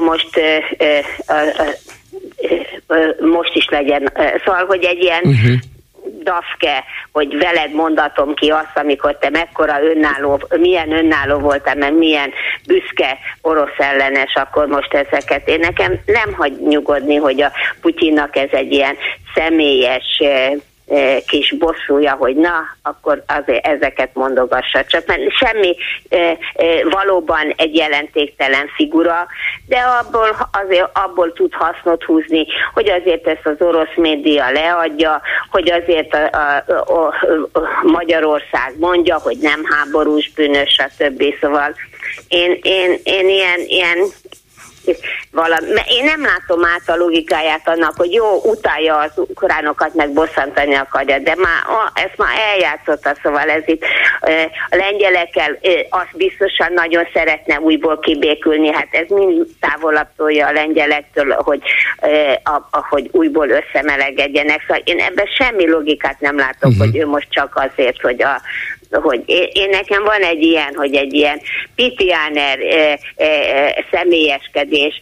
most is legyen. Szóval, hogy egy ilyen dafke, hogy veled mondatom ki azt, amikor te mekkora milyen önálló voltál, mert milyen büszke orosz ellenes, akkor most ezeket. Én nekem nem hagy nyugodni, hogy a Putyinnak ez egy ilyen személyes kis bosszúja, hogy na, akkor azért ezeket mondogassa. Csak mert semmi valóban egy jelentéktelen figura, de abból tud hasznot húzni, hogy azért ezt az orosz média leadja, hogy azért a Magyarország mondja, hogy nem háborús bűnös, stb. Szóval én ilyen én nem látom át a logikáját annak, hogy jó, utálja az ukránokat, meg bosszantani akarja, de ezt már eljátszotta, szóval ez itt a lengyelekkel azt biztosan nagyon szeretne újból kibékülni, hát ez mind távolabb tolja a lengyelektől, hogy újból összemelegedjenek, szóval én ebben semmi logikát nem látok, hogy ő most csak azért, hogy én nekem van egy ilyen pitiáner személyeskedés,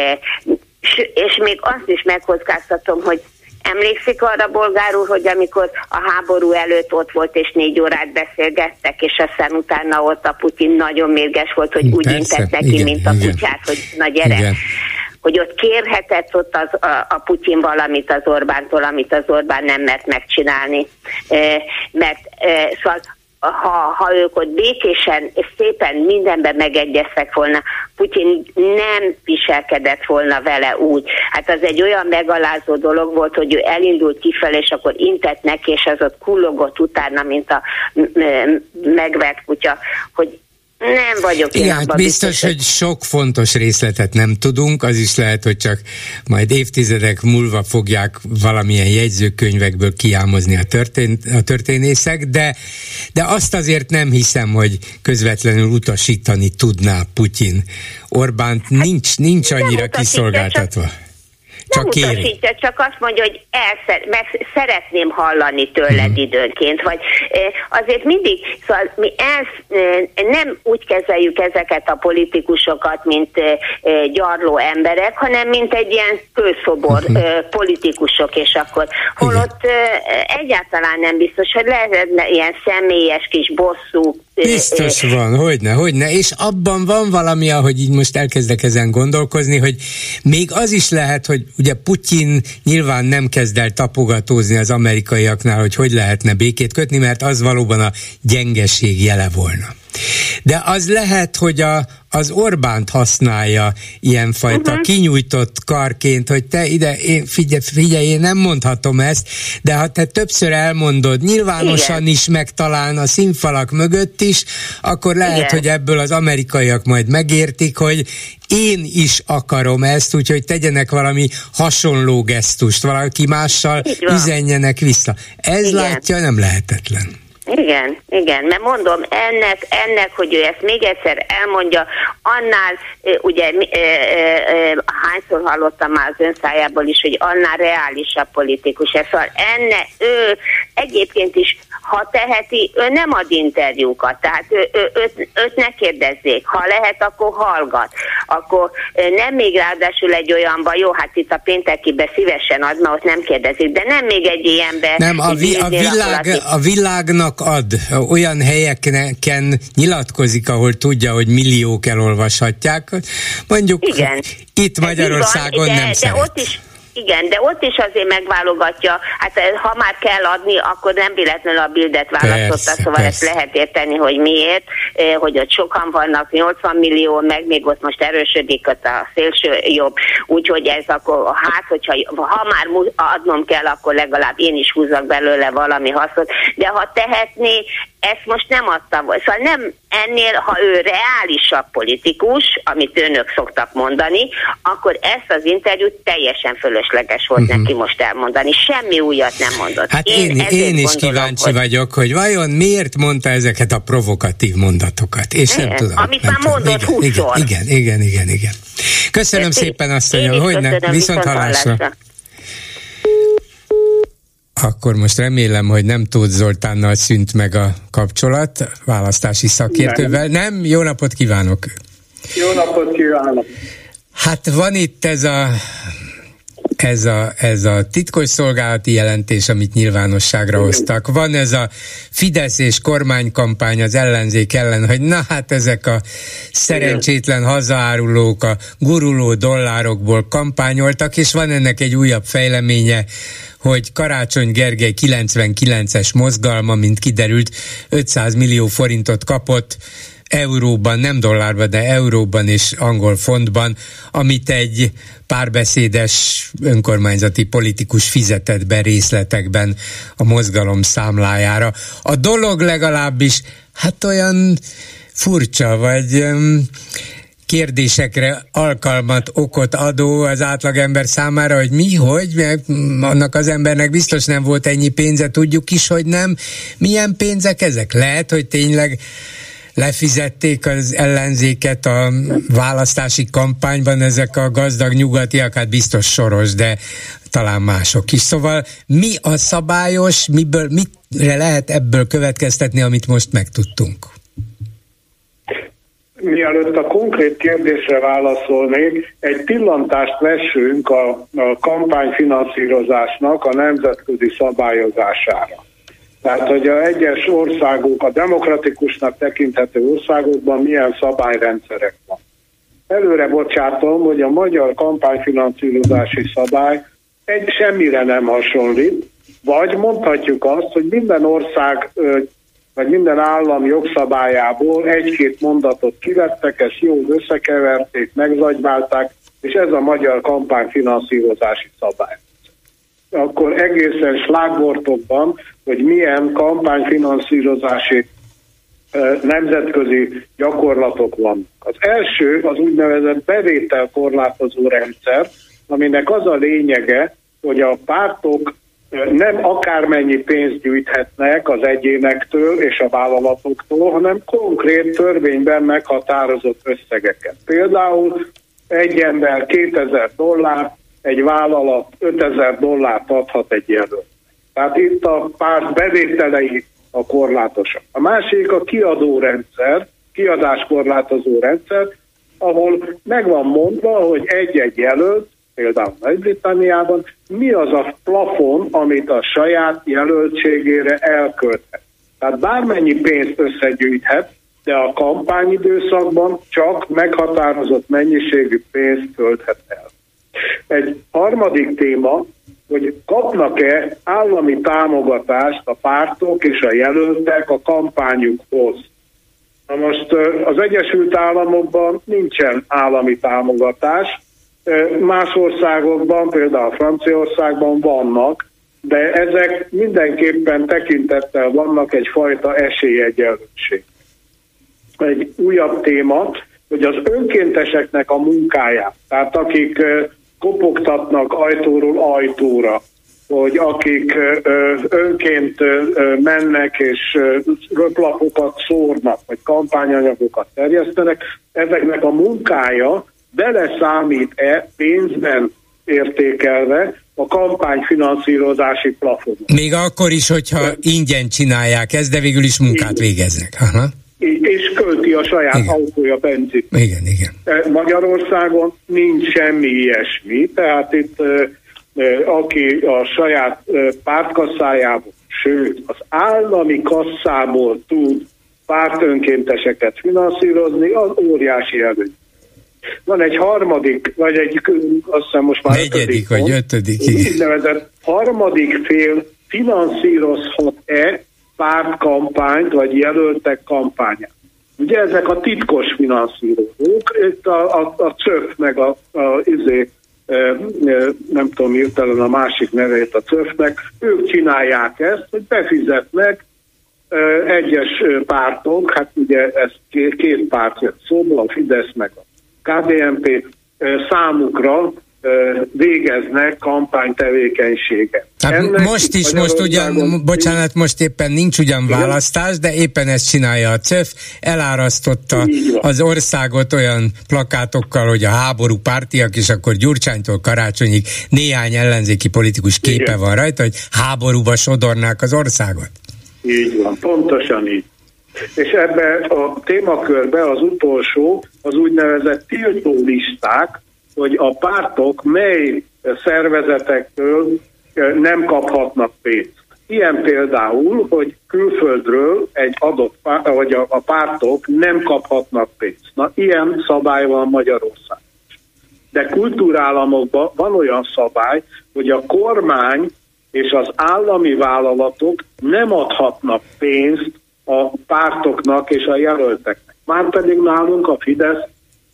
és még azt is megkockáztatom, hogy emlékszik arra, bolgár úr, hogy amikor a háború előtt ott volt, és 4 órát beszélgettek, és aztán utána ott a Putyin nagyon mérges volt, hogy úgy intett neki, igen, mint a kutyát, hogy na gyere. Igen. Hogy ott kérhetett ott a Putyin valamit az Orbántól, amit az Orbán nem mert megcsinálni. Mert szóval ha ők ott békésen és szépen mindenben megegyeztek volna, Putyin nem viselkedett volna vele úgy. Hát az egy olyan megalázó dolog volt, hogy ő elindult kifelé, és akkor intett neki, és az ott kullogott utána, mint a megvert kutya, hogy nem vagyok. Igen, hát biztos, hogy sok fontos részletet nem tudunk, az is lehet, hogy csak majd évtizedek múlva fogják valamilyen jegyzőkönyvekből kiámozni a történészek, de azt azért nem hiszem, hogy közvetlenül utasítani tudná Putyin. Orbánt nincs annyira kiszolgáltatva. Nem utasítja, csak azt mondja, hogy mert szeretném hallani tőled időnként, vagy azért mindig, szóval mi nem úgy kezeljük ezeket a politikusokat, mint gyarló emberek, hanem mint egy ilyen kőszobor politikusok, és akkor holott egyáltalán nem biztos, hogy lehetne ilyen személyes kis bosszú. Biztos van, hogyne, és abban van valami, ahogy így most elkezdek ezen gondolkozni, hogy még az is lehet, hogy ugye Putyin nyilván nem kezd el tapogatózni az amerikaiaknál, hogy lehetne békét kötni, mert az valóban a gyengeség jele volna. De az lehet, hogy az Orbánt használja ilyenfajta kinyújtott karként, hogy te ide, figyelj, én nem mondhatom ezt, de ha te többször elmondod, nyilvánosan is, meg talán a színfalak mögött is, akkor lehet, hogy ebből az amerikaiak majd megértik, hogy én is akarom ezt, úgyhogy tegyenek valami hasonló gesztust, valaki mással üzenjenek vissza. Ez látja, nem lehetetlen. Igen, mert mondom, ennek, hogy ő ezt még egyszer elmondja, annál, ugye, hányszor hallottam már az ön szájából is, hogy annál reálisabb politikus. Szóval ő egyébként is, Ha teheti, ő nem ad interjúkat, tehát őt ne kérdezzék. Ha lehet, akkor hallgat. Akkor nem még ráadásul egy olyanba, jó, hát itt a péntekibe szívesen ad, mert ott nem kérdezik, de nem még egy ilyenbe. Nem, a világnak ad, olyan helyeken nyilatkozik, ahol tudja, hogy milliók elolvashatják. Mondjuk igen, itt Magyarországon nem szeret. Ott is, igen, de ott is azért megválogatja, hát ha már kell adni, akkor nem véletlenül a Bildet választotta, szóval ezt lehet érteni, hogy miért, hogy ott sokan vannak, 80 millió, meg még ott most erősödik ott a szélső jobb, úgyhogy ez akkor, hát, ha már adnom kell, akkor legalább én is húzzak belőle valami hasznot, de ha tehetné, ezt most nem adta volna. Szóval nem ennél, ha ő reálisabb politikus, amit önök szoktak mondani, akkor ezt az interjút teljesen fölösleges volt neki most elmondani. Semmi újat nem mondott. Hát én is kíváncsi vagyok, hogy vajon miért mondta ezeket a provokatív mondatokat. És nem tudom. Amit már mondott 20-szor. Igen. Köszönöm szépen, asszonyom, hogy nem. Viszont hallásra. Akkor most remélem, hogy nem Tóth Zoltánnal szűnt meg a kapcsolat, választási szakértővel. Nem? Jó napot kívánok! Jó napot kívánok! Hát van itt ez a titkosszolgálati jelentés, amit nyilvánosságra hoztak. Van ez a Fidesz és kormánykampány az ellenzék ellen, hogy na hát ezek a szerencsétlen hazaárulók a guruló dollárokból kampányoltak, és van ennek egy újabb fejleménye, hogy Karácsony Gergely 99-es mozgalma, mint kiderült, 500 millió forintot kapott euróban, nem dollárban, de euróban és angol fontban, amit egy párbeszédes önkormányzati politikus fizetett be részletekben a mozgalom számlájára. A dolog legalábbis hát olyan furcsa, vagy kérdésekre alkalmat, okot adó az átlagember számára, hogy mert annak az embernek biztos nem volt ennyi pénze, tudjuk is, hogy nem. Milyen pénzek ezek? Lehet, hogy tényleg lefizették az ellenzéket a választási kampányban ezek a gazdag nyugatiak, hát biztos Soros, de talán mások is. Szóval mi a szabályos, mire lehet ebből következtetni, amit most megtudtunk? Mielőtt a konkrét kérdésre válaszolnék, egy pillantást vessünk a kampányfinanszírozásnak a nemzetközi szabályozására. Tehát, hogy a egyes országok, a demokratikusnak tekinthető országokban milyen szabályrendszerek van. Előre bocsátom, hogy a magyar kampányfinanszírozási szabály semmire nem hasonlít, vagy mondhatjuk azt, hogy minden ország vagy minden állam jogszabályából egy-két mondatot kivettek, ezt jól összekeverték, megzagybálták, és ez a magyar kampányfinanszírozási szabály. Akkor egészen slágvortokban, hogy milyen kampányfinanszírozási nemzetközi gyakorlatok vannak. Az első az úgynevezett bevételkorlátozó rendszer, aminek az a lényege, hogy a pártok nem akármennyi pénzt gyűjthetnek az egyénektől és a vállalatoktól, hanem konkrét törvényben meghatározott összegeket. Például egy ember $2000, egy vállalat $5000 adhat egy jelölt. Tehát itt a párt bevételei a korlátosak. A másik a kiadórendszer, kiadáskorlátozó rendszer, ahol meg van mondva, hogy egy-egy jelölt, például Nagy-Britanniában, mi az a plafon, amit a saját jelöltségére elkölthet. Tehát bármennyi pénzt összegyűjthet, de a kampányidőszakban csak meghatározott mennyiségű pénzt költhet el. Egy harmadik téma, hogy kapnak-e állami támogatást a pártok és a jelöltek a kampányukhoz. Na most az Egyesült Államokban nincsen állami támogatás, más országokban, például Franciaországban vannak, de ezek mindenképpen tekintettel vannak egyfajta esélyegyenlőség. Egy újabb téma, hogy az önkénteseknek a munkáját, tehát akik kopogtatnak ajtóról ajtóra, hogy akik önként mennek és röplapokat szórnak, vagy kampányanyagokat terjesztenek, ezeknek a munkája beleszámít-e pénzben értékelve a kampányfinanszírozási plafon. Még akkor is, hogyha ingyen csinálják ezt, de végül is munkát végeznek. Aha. És költi a saját autója benzint. Igen. Magyarországon nincs semmi ilyesmi, tehát itt aki a saját pártkasszájából, sőt az állami kasszából tud pártönkénteseket finanszírozni, az óriási előny. Van egy harmadik, vagy egy, azt hiszem most már negyedik vagy ötödik. Úgynevezett harmadik fél finanszírozhat-e pártkampányt, vagy jelöltek kampányát. Ugye ezek a titkos finanszírozók, itt a CÖF meg nem tudom hirtelen a másik nevét a CÖF-nek, ők csinálják ezt, hogy befizetnek egyes pártok, hát ugye ez két párt jött szóba, a Fidesz meg a KDNP, számukra végeznek kampánytevékenységet. Hát most ugyan, bocsánat, most éppen nincs ugyan választás, de éppen ezt csinálja a CÖF, elárasztotta az országot olyan plakátokkal, hogy a háború pártiak, és akkor Gyurcsánytól Karácsonyig néhány ellenzéki politikus képe van rajta, hogy háborúba sodornák az országot. Így van, pontosan így. És ebbe a témakörbe az utolsó, az úgynevezett tiltó listák, hogy a pártok mely szervezetektől nem kaphatnak pénzt. Ilyen például, hogy külföldről egy adott vagy a pártok nem kaphatnak pénzt. Na, ilyen szabály van Magyarországon. De kultúrállamokban van olyan szabály, hogy a kormány és az állami vállalatok nem adhatnak pénzt a pártoknak és a jelölteknek. Márpedig nálunk a Fidesz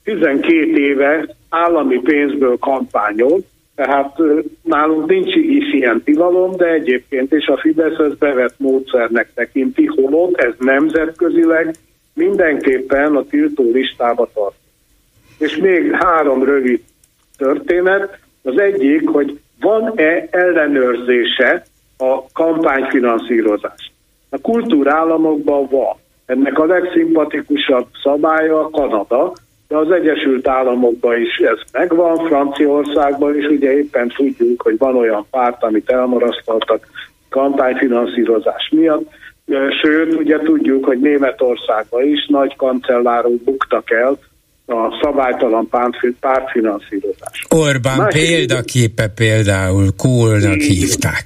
12 éve állami pénzből kampányol, tehát nálunk nincs is ilyen tilalom, de egyébként is a Fidesz ezt bevett módszernek tekinti, holott ez nemzetközileg mindenképpen a tiltó listába tart. És még 3 rövid történet. Az egyik, hogy van-e ellenőrzése a kampányfinanszírozás. A kultúrállamokban van. Ennek a legszimpatikusabb szabálya a Kanada, de az Egyesült Államokban is ez megvan, Franciaországban is ugye éppen tudjuk, hogy van olyan párt, amit elmarasztaltak kampányfinanszírozás miatt, sőt, ugye tudjuk, hogy Németországban is nagy kancellárok buktak el a szabálytalan pártfinanszírozás. Orbán példaképe például, Kohlnak hívták.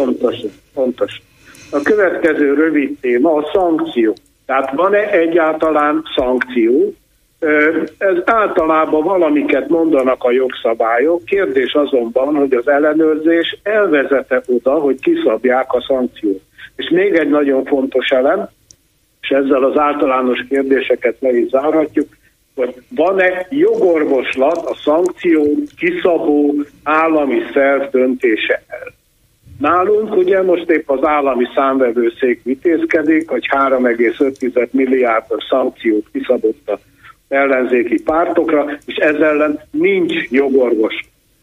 Pontos. A következő rövid téma a szankció. Tehát van-e egyáltalán szankció? Ez általában valamiket mondanak a jogszabályok, kérdés azonban, hogy az ellenőrzés elvezete oda, hogy kiszabják a szankciót. És még egy nagyon fontos elem, és ezzel az általános kérdéseket le is zárhatjuk, hogy van-e jogorvoslat a szankció kiszabó állami szerv döntése el. Nálunk ugye most épp az állami számvevőszék vitézkedik, hogy 3,5 milliárdos szankciót kiszabott a ellenzéki pártokra, és ezzel ellen nincs jogorvos.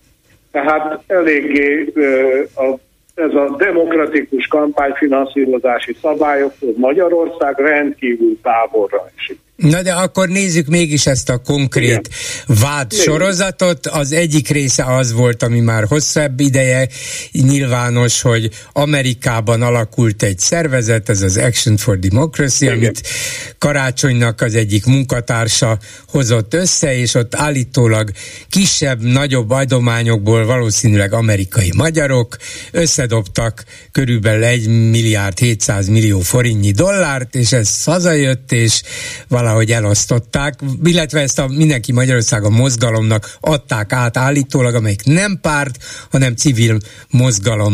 Tehát eléggé ez a demokratikus kampányfinanszírozási szabályoktól Magyarország rendkívül távolra esik. Na de akkor nézzük mégis ezt a konkrét vád sorozatot. Az egyik része az volt, ami már hosszabb ideje nyilvános, hogy Amerikában alakult egy szervezet, ez az Action for Democracy, amit Karácsonynak az egyik munkatársa hozott össze, és ott állítólag kisebb-nagyobb adományokból valószínűleg amerikai magyarok összedobtak körülbelül 1 milliárd 700 millió forintnyi dollárt, és ez hazajött, és valahogy elosztották, illetve ezt a Mindenki Magyarországon mozgalomnak adták át állítólag, amelyik nem párt, hanem civil mozgalom.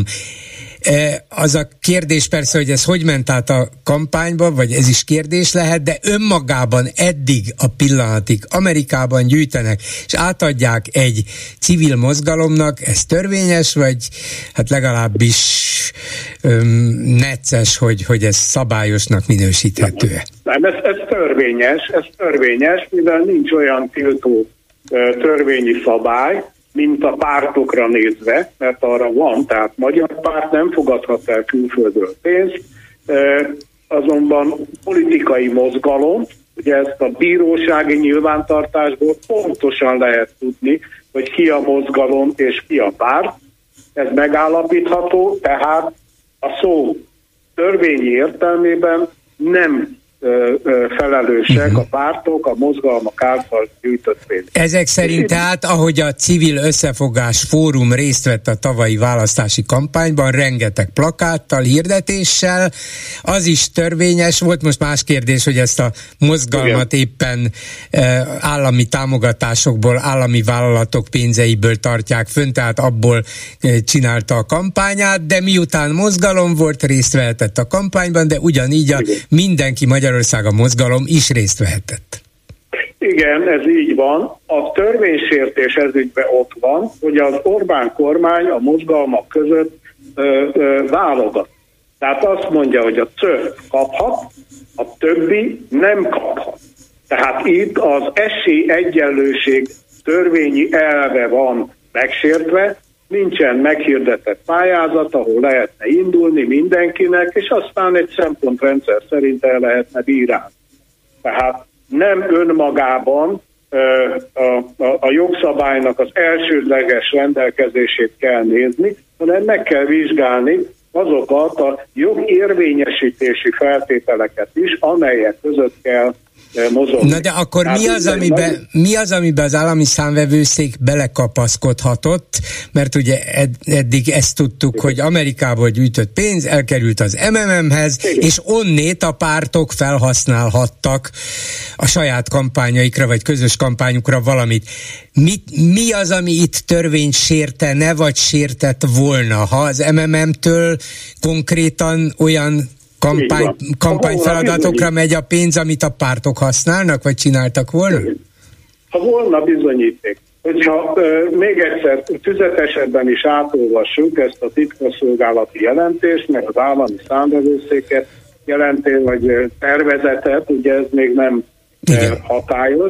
Az a kérdés persze, hogy ez hogy ment át a kampányba, vagy ez is kérdés lehet, de önmagában eddig a pillanatig Amerikában gyűjtenek, és átadják egy civil mozgalomnak, ez törvényes, vagy hát legalábbis necces, hogy ez szabályosnak minősíthető-e? Nem, ez törvényes, mivel nincs olyan tiltó törvényi szabály, mint a pártokra nézve, mert arra van, tehát magyar párt nem fogadhat el külföldről pénzt, azonban politikai mozgalom, ugye ezt a bírósági nyilvántartásból pontosan lehet tudni, hogy ki a mozgalom és ki a párt, ez megállapítható, tehát a szó törvényi értelmében nem felelősek a pártok, a mozgalmak által gyűjtött pénzt. Ezek szerint tehát, ahogy a Civil Összefogás Fórum részt vett a tavalyi választási kampányban, rengeteg plakáttal, hirdetéssel, az is törvényes volt. Most más kérdés, hogy ezt a mozgalmat éppen állami támogatásokból, állami vállalatok pénzeiből tartják fönn, tehát abból csinálta a kampányát, de miután mozgalom volt, részt vehetett a kampányban, de ugyanígy mindenki Magyarország a mozgalom is részt vehetett. Igen, ez így van. A törvénysértés ezügyben ott van, hogy az Orbán kormány a mozgalmak között válogat. Tehát azt mondja, hogy a CÖ kaphat, a többi nem kaphat. Tehát itt az esélyegyenlőség törvényi elve van megsértve, nincsen meghirdetett pályázat, ahol lehetne indulni mindenkinek, és aztán egy szempontrendszer szerint el lehetne bírálni. Tehát nem önmagában a jogszabálynak az elsődleges rendelkezését kell nézni, hanem meg kell vizsgálni azokat a jogérvényesítési feltételeket is, amelyek között kell mozogni. Na de akkor mi az, amiben az állami számvevőszék belekapaszkodhatott, mert ugye eddig ezt tudtuk, hogy Amerikából gyűjtött pénz elkerült az MMM-hez, és onnét a pártok felhasználhattak a saját kampányaikra, vagy közös kampányukra valamit. Mi az, ami itt törvényt sértene, vagy sértett volna, ha az MMM-től konkrétan olyan kampányfeladatokra megy a pénz, amit a pártok használnak, vagy csináltak volna? Ha volna bizonyíték, hogyha még egyszer tüzetesebben is átolvassuk ezt a titkosszolgálati jelentést, meg az állami számvevőszéket jelentést, vagy tervezetet, ugye ez még nem hatályos,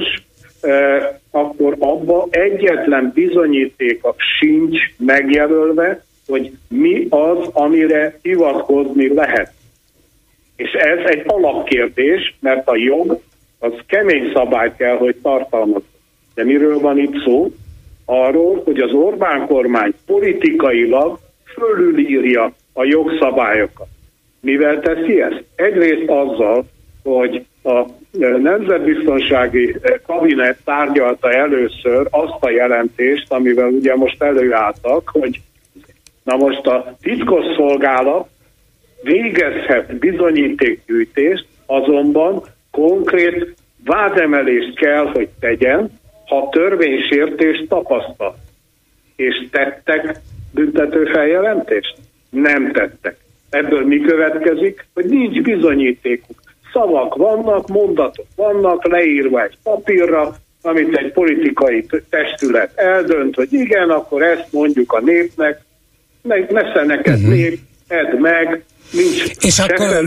akkor abba egyetlen bizonyítéka sincs megjelölve, hogy mi az, amire hivatkozni lehet. És ez egy alapkérdés, mert a jog az kemény szabályt kell, hogy tartalmaz. De miről van itt szó? Arról, hogy az Orbán kormány politikailag fölülírja a jogszabályokat. Mivel teszi ezt? Egyrészt azzal, hogy a Nemzetbiztonsági Kabinet tárgyalta először azt a jelentést, amivel ugye most előálltak, hogy na most a titkosszolgálat végezhet bizonyítékgyűjtést, azonban konkrét vádemelést kell, hogy tegyen, ha törvénysértést tapasztal. És tettek büntetőfeljelentést? Nem tettek. Ebből mi következik? Hogy nincs bizonyítékuk. Szavak vannak, mondatok vannak, leírva egy papírra, amit egy politikai testület eldönt, hogy igen, akkor ezt mondjuk a népnek, nesze neked nép, edd meg, és akkor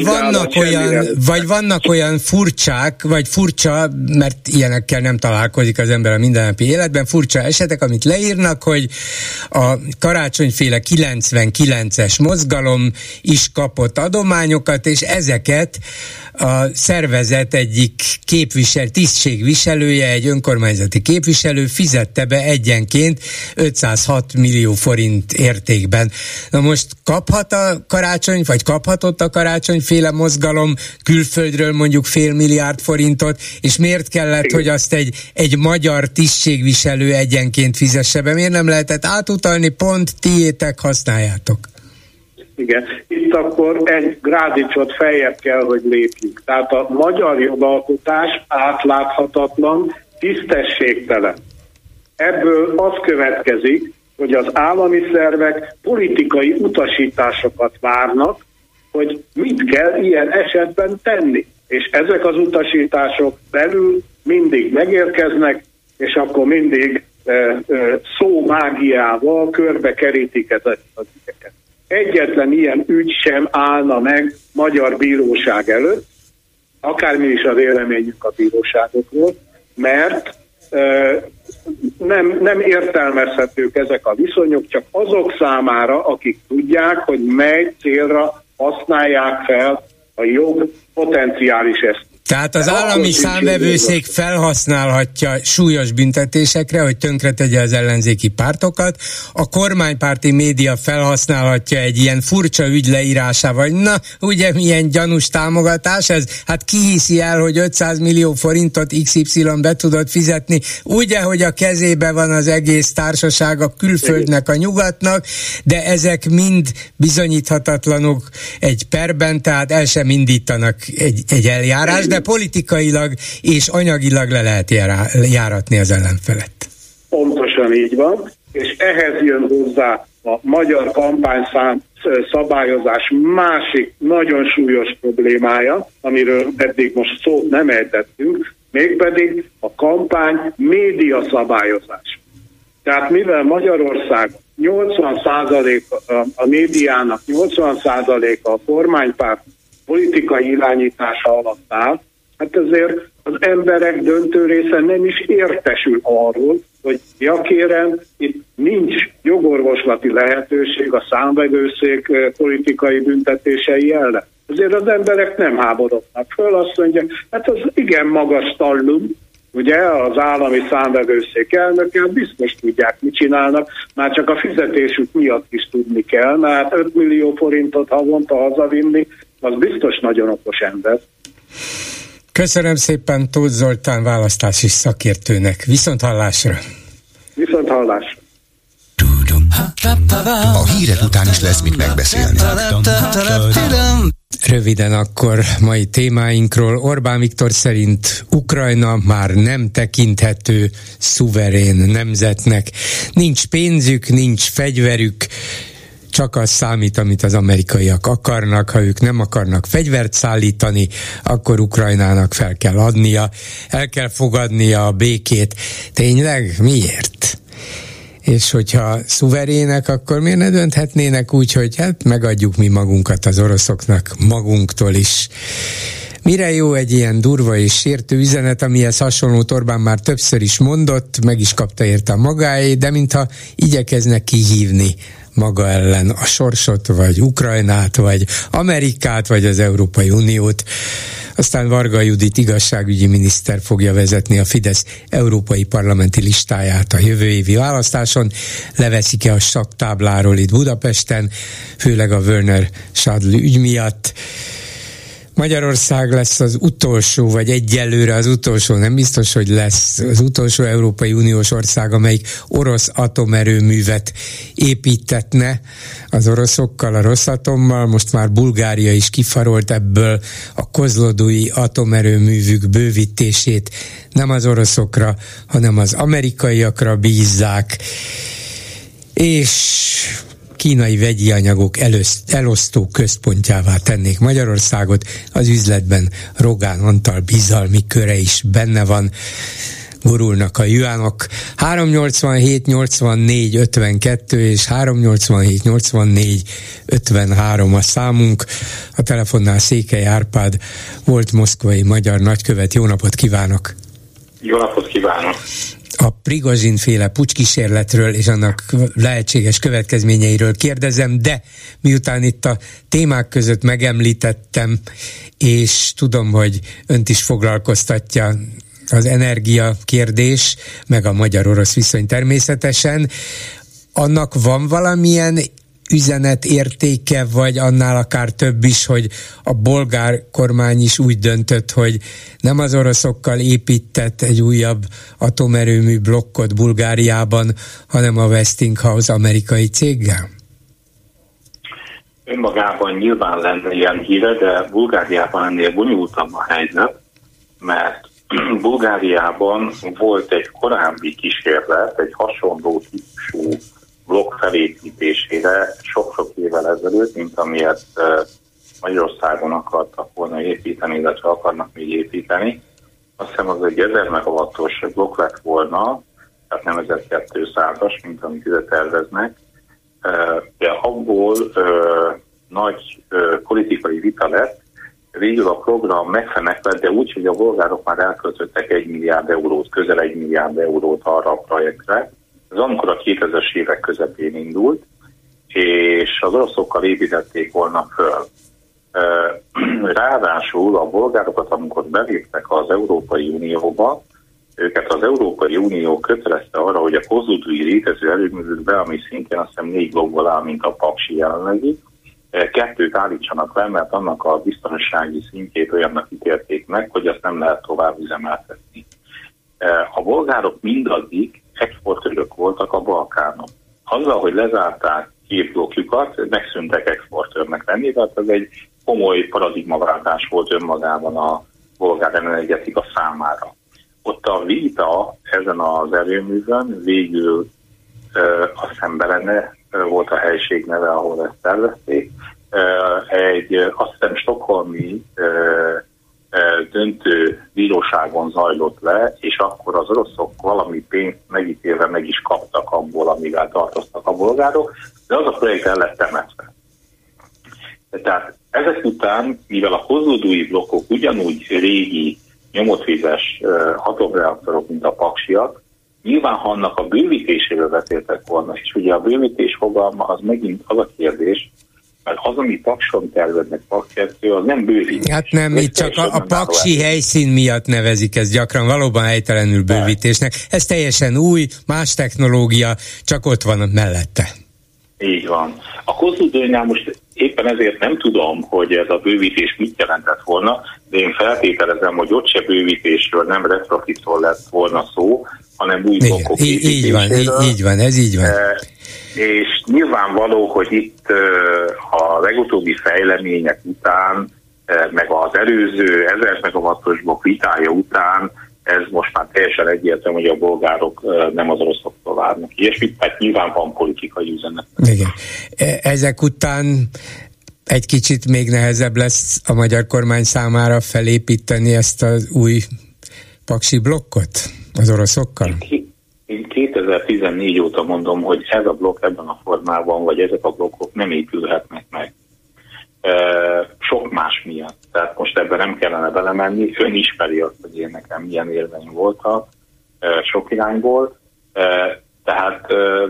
vagy vannak olyan furcsák, vagy furcsa, mert ilyenekkel nem találkozik az ember a mindennapi életben, furcsa esetek, amit leírnak, hogy a karácsonyféle 99-es mozgalom is kapott adományokat, és ezeket a szervezet egyik tisztségviselője, egy önkormányzati képviselő fizette be egyenként 506 millió forint értékben. Na most kaphatott a karácsonyféle mozgalom külföldről mondjuk $500 millió forintot, és miért kellett, hogy azt egy magyar tisztségviselő egyenként fizesse be? Miért nem lehetett átutalni, pont tiétek, használjátok? Igen, itt akkor egy grádicsot feljebb kell, hogy lépjünk. Tehát a magyar jogalkotás átláthatatlan, tisztességtelen. Ebből az következik, hogy az állami szervek politikai utasításokat várnak, hogy mit kell ilyen esetben tenni. És ezek az utasítások belül mindig megérkeznek, és akkor mindig szómágiával körbe kerítik ezeket az ügyeket. Egyetlen ilyen ügy sem állna meg magyar bíróság előtt, akármi is a véleményünk a bíróságokról, mert nem értelmezhetők ezek a viszonyok, csak azok számára, akik tudják, hogy mely célra használják fel a jog potenciális eszközt. Tehát az állami számvevőszék felhasználhatja súlyos büntetésekre, hogy tönkretegye az ellenzéki pártokat, a kormánypárti média felhasználhatja egy ilyen furcsa ügy leírásával, na, ugye milyen gyanús támogatás ez? Hát ki hiszi el, hogy 500 millió forintot XY be tudott fizetni, ugye, hogy a kezébe van az egész társaság a külföldnek, a nyugatnak, de ezek mind bizonyíthatatlanok egy perben, tehát el sem indítanak egy eljárás, de politikailag és anyagilag le lehet járatni az ellenfelet. Pontosan így van, és ehhez jön hozzá a magyar kampányszabályozás másik nagyon súlyos problémája, amiről eddig most szót nem ejtettünk, mégpedig a kampány média szabályozás. Tehát mivel Magyarország 80% a médiának 80% a kormánypárt politikai irányítása alatt áll, hát ezért az emberek döntő része nem is értesül arról, hogy kérem, itt nincs jogorvoslati lehetőség a számvevőszék politikai büntetései ellen. Azért az emberek nem háborodnak föl, azt mondják, hát az igen magas tallum, ugye az állami számvevőszék elnöke, biztos tudják, mit csinálnak, már csak a fizetésük miatt is tudni kell, mert 5 millió forintot havonta hazavinni, az biztos nagyon okos ember. Köszönöm szépen Tóth Zoltán választási szakértőnek. Viszont hallásra! Viszont hallásra! A hírek után is lesz mit megbeszélni. Röviden akkor mai témáinkról. Orbán Viktor szerint Ukrajna már nem tekinthető szuverén nemzetnek. Nincs pénzük, nincs fegyverük, csak az számít, amit az amerikaiak akarnak. Ha ők nem akarnak fegyvert szállítani, akkor Ukrajnának fel kell adnia, el kell fogadnia a békét. Tényleg? Miért? És hogyha szuverének, akkor miért ne dönthetnének úgy, hogy hát megadjuk mi magunkat az oroszoknak magunktól is. Mire jó egy ilyen durva és sértő üzenet, amihez hasonlót Orbán már többször is mondott, meg is kapta érte a magáét, de mintha igyekeznek kihívni maga ellen a sorsot, vagy Ukrajnát, vagy Amerikát, vagy az Európai Uniót. Aztán Varga Judit igazságügyi miniszter fogja vezetni a Fidesz európai parlamenti listáját a jövő évi választáson. Leveszik-e a sakktábláról itt Budapesten, főleg a Werner Schadl ügy miatt. Magyarország lesz az utolsó, vagy egyelőre az utolsó, nem biztos, hogy lesz az utolsó Európai Uniós ország, amelyik orosz atomerőművet építetne az oroszokkal, a Rosatommal. Most már Bulgária is kifarolt ebből a kozlodui atomerőművük bővítését. Nem az oroszokra, hanem az amerikaiakra bízzák. És kínai vegyi anyagok elosztó központjává tennék Magyarországot, az üzletben Rogán Antal bizalmi köre is benne van, gurulnak a juánok. 387 84 52 és 387 84 53 a számunk. A telefonnál Székely Árpád, volt moszkvai magyar nagykövet. Jó napot kívánok! Jó napot kívánok! A Prigozsin-féle pucskísérletről és annak lehetséges következményeiről kérdezem, de miután itt a témák között megemlítettem, és tudom, hogy önt is foglalkoztatja az energia kérdés, meg a magyar-orosz viszony természetesen, annak van valamilyen üzenet értéke, vagy annál akár több is, hogy a bolgár kormány is úgy döntött, hogy nem az oroszokkal épített egy újabb atomerőmű blokkot Bulgáriában, hanem a Westinghouse amerikai céggel? Önmagában nyilván lenne ilyen híre, de Bulgáriában ennél bonyolultabb a helyzet, mert Bulgáriában volt egy korábbi kísérlet, egy hasonló típusú blokk felépítésére sok-sok évvel ezelőtt, mint amilyet Magyarországon akartak volna építeni, illetve akarnak még építeni. Azt hiszem, az egy 1000 megawattos blokk lett volna, tehát nem 1200-as, mint amit ide terveznek. De abból nagy politikai vita lett, végül a program megfeneklett, de úgy, hogy a bolgárok már elköltöttek 1 milliárd eurót, közel 1 milliárd eurót arra a projektre. Ez amikor a 2000-es évek közepén indult, és az oroszokkal építették volna föl. Ráadásul a bolgárokat, amikor beléptek az Európai Unióba, őket az Európai Unió kötelezte arra, hogy a kozloduji létező erőművükbe, ami szintén azt hiszem 4 blokkból áll, mint a Paksi jelenlegi, 2 állítsanak le, mert annak a biztonsági szintjét olyannak ítélték meg, hogy azt nem lehet tovább üzemeltetni. A bolgárok mindaddig exportőrök voltak a Balkánon. Azzal, hogy lezárták 2 blokkjukat, megszűntek exportőrnek lenni, tehát ez egy komoly paradigmaváltás volt önmagában a bolgár energetika számára. Ott a vita ezen az erőművön végül a Szemberene volt a helység neve, ahol ezt tervezték. Azt hiszem stockholmi döntő bíróságon zajlott le, és akkor az oroszok valami pénzt megítélve meg is kaptak abból, amivel tartoztak a bolgárok, de az a projekt el lett temetve. Tehát ezek után, mivel a kozloduji blokkok ugyanúgy régi nyomotvizes atomreaktorok, mint a paksiak, nyilván ha annak a bővítéséről beszéltek volna, és ugye a bővítés fogalma az megint az a kérdés, mert az, ami Pakson terveznek, Paks 2, az nem bővítés. Hát nem, itt csak a paksi helyszín miatt nevezik ezt gyakran, valóban helytelenül bővítésnek. Ez teljesen új, más technológia, csak ott van mellette. Így van. A kozlodujnál most éppen ezért nem tudom, hogy ez a bővítés mit jelentett volna, de én feltételezem, hogy ott se bővítésről, nem retrofitról lett volna szó, hanem új blokkok építéséről. Így van, ez így van. És nyilvánvaló, hogy itt a legutóbbi fejlemények után, meg az előző 1000 megawattos blokk vitája után, ez most már teljesen egyértelmű, hogy a bolgárok nem az oroszoktól várnak ilyesmit, tehát nyilván van politikai üzenet. Igen. Ezek után egy kicsit még nehezebb lesz a magyar kormány számára felépíteni ezt az új paksi blokkot az oroszokkal? Én 2014 óta mondom, hogy ez a blokk ebben a formában, vagy ezek a blokkok nem épülhetnek meg. Sok más miatt. Tehát most ebben nem kellene belemenni. Ön ismeri azt, hogy én nekem milyen érveim voltak, sok irányból. Tehát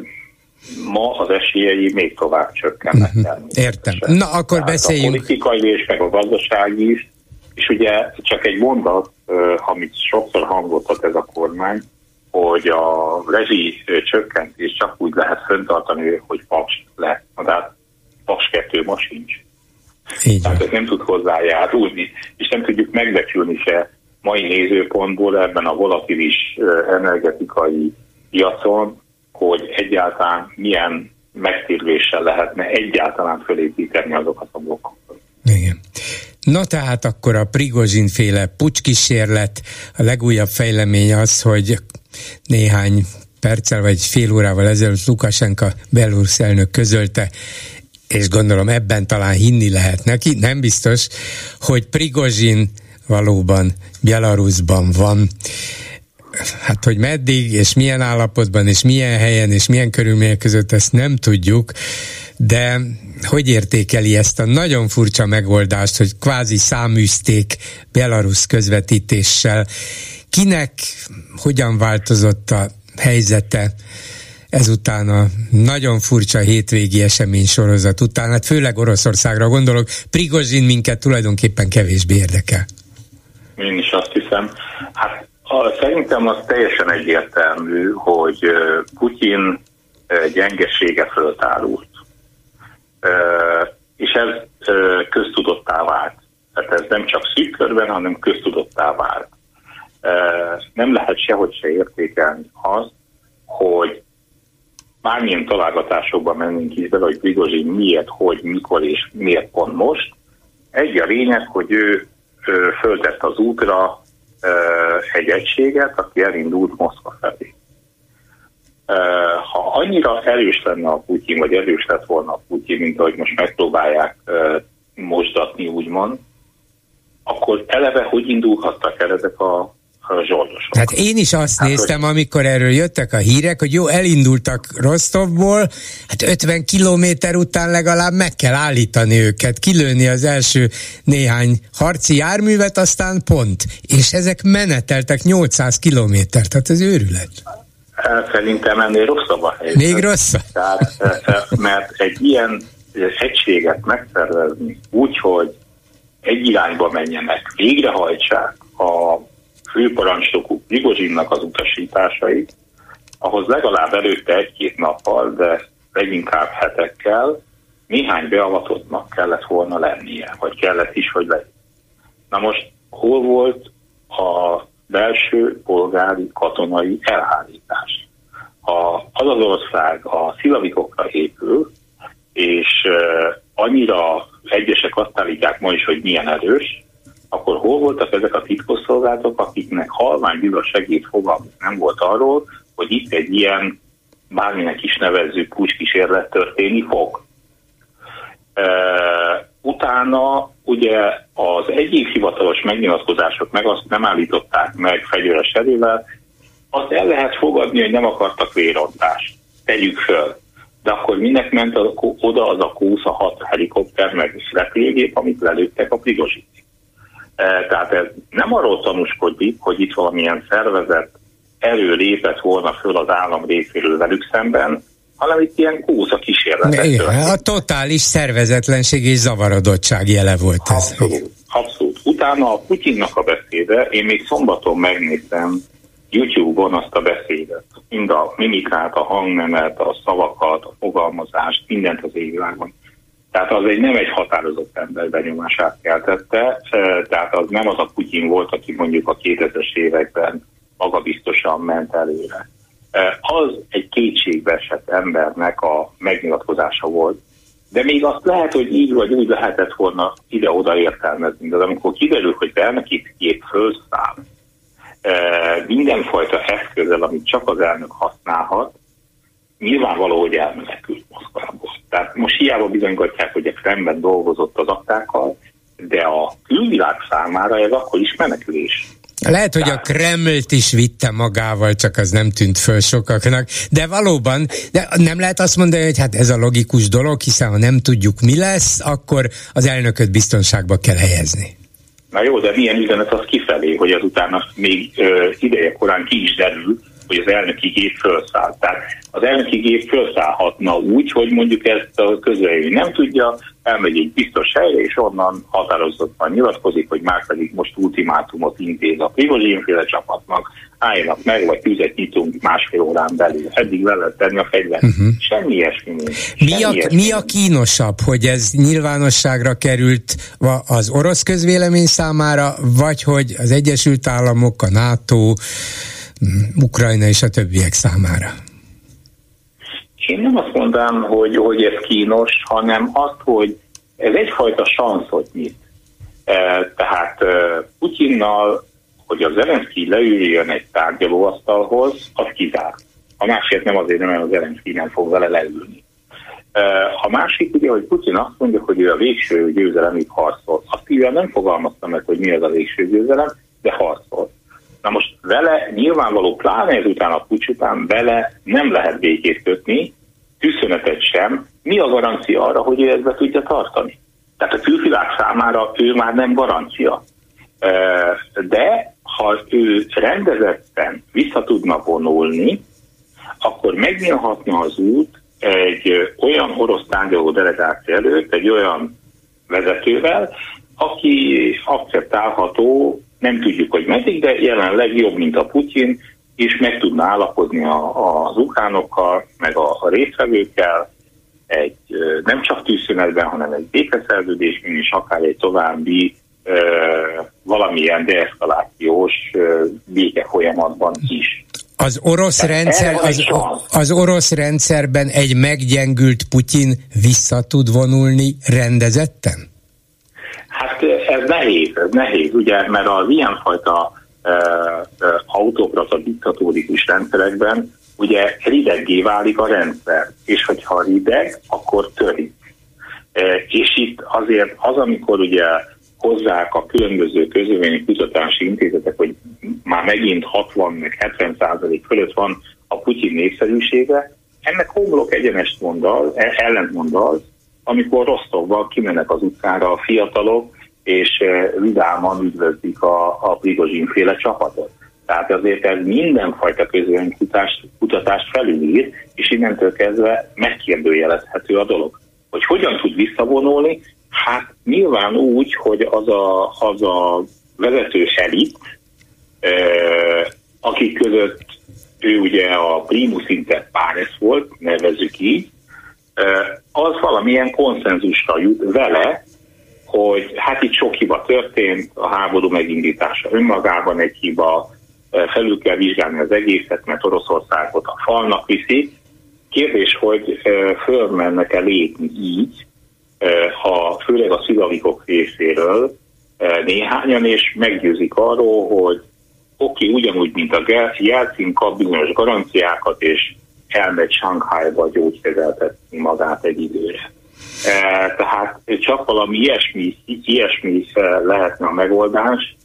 ma az esélyei még tovább csökkennek. Értem. Na, akkor tehát beszéljünk. A politikai és meg a gazdasági is. És ugye csak egy mondat, amit sokszor hangoltat ez a kormány, hogy a rezsi csökkentés csak úgy lehet fenntartani, hogy Paks le. Tehát Paks 2 ma sincs. Tehát ez nem tud hozzájárulni, és nem tudjuk megbecsülni se mai nézőpontból ebben a volatilis energetikai piacon, hogy egyáltalán milyen megtérüléssel lehetne egyáltalán felépíteni azokat a blokkokat. Igen. Na tehát akkor a Prigozsin-féle pucskísérlet, a legújabb fejlemény az, hogy néhány perccel vagy fél órával ezelőtt Lukasenka belorusz elnök közölte, és gondolom ebben talán hinni lehet neki, nem biztos, hogy Prigozsin valóban Belarusban van. Hát, hogy meddig, és milyen állapotban, és milyen helyen, és milyen körülmények között, ezt nem tudjuk, de hogy értékeli ezt a nagyon furcsa megoldást, hogy kvázi száműzték Belarus közvetítéssel? Kinek hogyan változott a helyzete ezután a nagyon furcsa hétvégi esemény sorozat után? Hát főleg Oroszországra gondolok, Prigozsin minket tulajdonképpen kevésbé érdekel. Én is azt hiszem. Hát szerintem az teljesen egyértelmű, hogy Putyin gyengesége föltárult. És ez köztudottá vált. Tehát ez nem csak szűk körben, hanem köztudottá vált. Nem lehet sehogy se értékelni azt, hogy bármilyen találgatásokban mennénk is bele, hogy Prigozsin miért, hogy, mikor és miért pont most. Egy a lényeg, hogy ő föltett az útra egy egységet, aki elindult Moszkva felé. Ha annyira erős lenne a Putyin, vagy erős lett volna a Putyin, mint ahogy most megpróbálják mosdatni, úgymond, akkor eleve hogy indulhattak el ezek a zsoldosok? Hát én is azt néztem, amikor erről jöttek a hírek, hogy jó, elindultak Rostovból, hát 50 kilométer után legalább meg kell állítani őket, kilőni az első néhány harci járművet, aztán pont. És ezek meneteltek 800 kilométert, tehát ez őrület. Szerintem ennél rosszabb a helyzet. Még rosszabb? Tehát, mert egy ilyen egységet megszervezni úgy, hogy egy irányba menjenek, végrehajtsák a főparancsnokuk Prigozsinnak az utasításait, ahhoz legalább előtte 1-2 nappal, de leginkább hetekkel néhány beavatottnak kellett volna lennie, vagy kellett is, hogy legyen. Na most hol volt a belső polgári katonai elhárítás? Ha az az ország a szilavikokra épül, és annyira egyesek azt állítják ma is, hogy milyen erős, akkor hol voltak ezek a titkosszolgálatok, akiknek halvány bizonyos segédfogalmuk nem volt arról, hogy itt egy ilyen, bárminek is nevezzük, pucskísérlet történni fog. Utána ugye az egyik hivatalos megnyilatkozások meg azt nem állították meg fegyveres erővel, azt el lehet fogadni, hogy nem akartak vérontást. Tegyük föl. De akkor minek ment oda az a Kósa 6 helikopter meg repülőgép, amit lelőttek a Prigozsinig? Tehát ez nem arról tanúskodik, hogy itt valamilyen szervezet erő lépett volna föl az állam részéről velük szemben, hanem itt ilyen Kósa kísérletek. A totális szervezetlenség és zavarodottság jele volt ez. Abszolút. Utána a Putyinnak a beszéde, én még szombaton megnéztem YouTube-on azt a beszédet. Mind a mimikát, a hangnemet, a szavakat, a fogalmazást, mindent az égvilágon. Tehát az nem egy határozott ember benyomását keltette, tehát az nem az a Putyin volt, aki mondjuk a 2000-es években magabiztosan ment előre. Az egy kétségbeesett embernek a megnyilatkozása volt. De még azt lehet, hogy így vagy úgy lehetett volna ide-oda értelmezni. De amikor kiderül, hogy elnöki gép fölszáll mindenfajta eszközzel, amit csak az elnök használhat, nyilvánvaló, hogy elmenekült Moszkvából. Tehát most hiába bizonygatják, hogy a Kremlben dolgozott az aktákkal, de a külvilág számára ez akkor is menekülés. Lehet, hogy a Kremlt is vitte magával, csak az nem tűnt föl sokaknak, de valóban, de nem lehet azt mondani, hogy hát ez a logikus dolog, hiszen ha nem tudjuk, mi lesz, akkor az elnököt biztonságba kell helyezni. Na jó, de milyen üzenet az kifelé, hogy azután még ideje korán ki is derül, hogy az elnöki gép felszáll. Tehát az elnöki gép felszállhatna úgy, hogy mondjuk ezt a közvélemény nem tudja, elmegy egy biztos helyre, és onnan határozottan nyilatkozik, hogy már pedig most ultimátumot intéz a Prigozsin-féle csapatnak, álljanak meg, vagy tüzet nyitunk 1,5 órán belül. Eddig le lehet tenni a fegyvert. Semmi ilyesmi nincs. Mi a kínosabb, hogy ez nyilvánosságra került az orosz közvélemény számára, vagy hogy az Egyesült Államok, a NATO, Ukrajna és a többiek számára? Én nem azt mondanám, hogy ez kínos, hanem azt, hogy ez egyfajta sanszot nyit. Tehát Putyinnal, hogy a Zelenszkij leüljön egy tárgyalóasztalhoz, az kizár. A másik nem azért, mert a Zelenszkij nem fog vele leülni. A másik ugye, hogy Putyin azt mondja, hogy ő a végső győzelemig harcol. Azt ugye nem fogalmazta meg, hogy mi az a végső győzelem, de harcol. Na most vele nyilvánvaló, pláne ezután a puccs után vele nem lehet békét kötni, tűzszünetet sem. Mi a garancia arra, hogy ő ezt be tudja tartani? Tehát a külvilág számára ő már nem garancia. De ha ő rendezetten vissza tudna vonulni, akkor megnyílhatna az út egy olyan orosz tárgyaló delegáció előtt, egy olyan vezetővel, aki akceptálható, nem tudjuk, hogy meddig, de jelenleg jobb, mint a Putyin, és meg tudna állapodni az ukránokkal, meg a résztvevőkkel egy nem csak tűzszünetben, hanem egy békeszerződésben, és akár egy további valamilyen deeszkalációs béke folyamatban is. Az orosz rendszerben egy meggyengült Putyin vissza tud vonulni rendezetten? Hát ez nehéz, ugye, mert az ilyenfajta autokrata diktatórikus rendszerekben ugye rideggé válik a rendszer, és hogyha rideg, akkor törik. És itt azért az, amikor ugye hozzák a különböző közvéleménykutatási intézetek, hogy már megint 60-70% fölött van a Putyin népszerűsége, ennek homlok egyenest ellentmond az, amikor Rostovban kimennek az utcára a fiatalok, és vidáman üdvözlik a Prigozsin-féle csapatot. Tehát azért ez mindenfajta közvéleménykutatást felülír, és innentől kezdve megkérdőjelezhető a dolog. Hogy hogyan tud visszavonulni, Hát nyilván úgy, hogy az a vezető elit, akik között ő ugye a primus inter pares volt, nevezzük így, az valamilyen konszenzusra jut vele, hogy hát itt sok hiba történt, a háború megindítása önmagában egy hiba, felül kell vizsgálni az egészet, mert Oroszországot a falnak viszi. Kérdés, hogy fölmennek-e lépni így, ha főleg a szilavikok részéről néhányan, és meggyőzik arról, hogy oké, ugyanúgy, mint a Jelcin kap bizonyos garanciákat, és elmegy Shanghaiba gyógykezeltetni magát egy időre. Tehát csak valami ilyesmi lehetne a megoldás,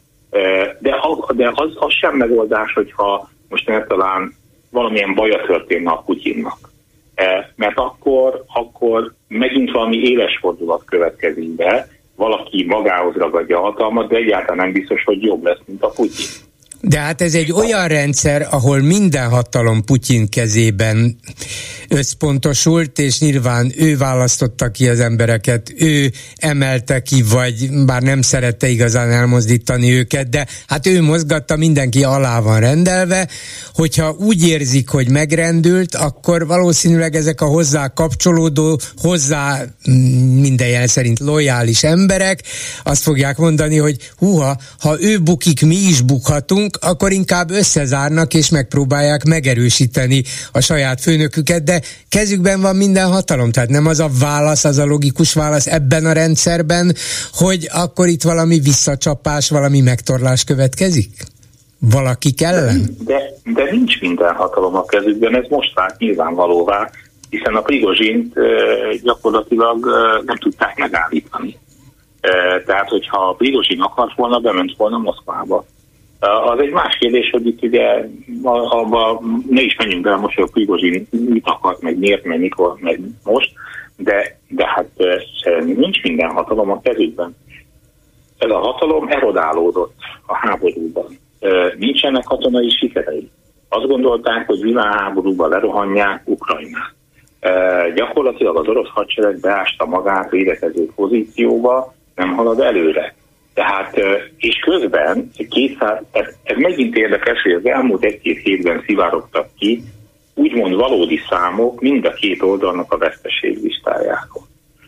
de az sem megoldás, hogyha most talán valamilyen baja történne a Putyinnak. Mert akkor megint valami éles fordulat következik be, valaki magához ragadja a hatalmat, de egyáltalán nem biztos, hogy jobb lesz, mint a Putyin. De hát ez egy olyan rendszer, ahol minden hatalom Putyin kezében összpontosult, és nyilván ő választotta ki az embereket, ő emelte ki, vagy bár nem szerette igazán elmozdítani őket, de hát ő mozgatta, mindenki alá van rendelve, hogyha úgy érzik, hogy megrendült, akkor valószínűleg ezek a hozzá kapcsolódó, hozzá minden jel szerint lojális emberek azt fogják mondani, hogy húha, ha ő bukik, mi is bukhatunk, akkor inkább összezárnak és megpróbálják megerősíteni a saját főnöküket, de kezükben van minden hatalom, tehát nem az a válasz, az a logikus válasz ebben a rendszerben, hogy akkor itt valami visszacsapás, valami megtorlás következik? Valakik ellen? De nincs minden hatalom a kezükben, ez most vált nyilvánvalóvá, hiszen a Prigozsint gyakorlatilag nem tudták megállítani. Tehát, hogyha a Prigozsin akart volna, bement volna Moszkvába. Az egy más kérdés, hogy itt ugye ne is menjünk bele most, hogy a Prigozsin mit akart, meg miért, meg mikor, meg most, de hát nincs minden hatalom a kezükben. Ez a hatalom erodálódott a háborúban. Nincsenek katonai sikerei. Azt gondolták, hogy világháborúban lerohanják Ukrajnát. Gyakorlatilag az orosz hadsereg beásta magát védekező pozícióba, nem halad előre. Tehát, és közben ez megint érdekes, hogy az elmúlt egy-két hétben szivárogtak ki úgymond valódi számok mind a két oldalnak a veszteséglistájáról.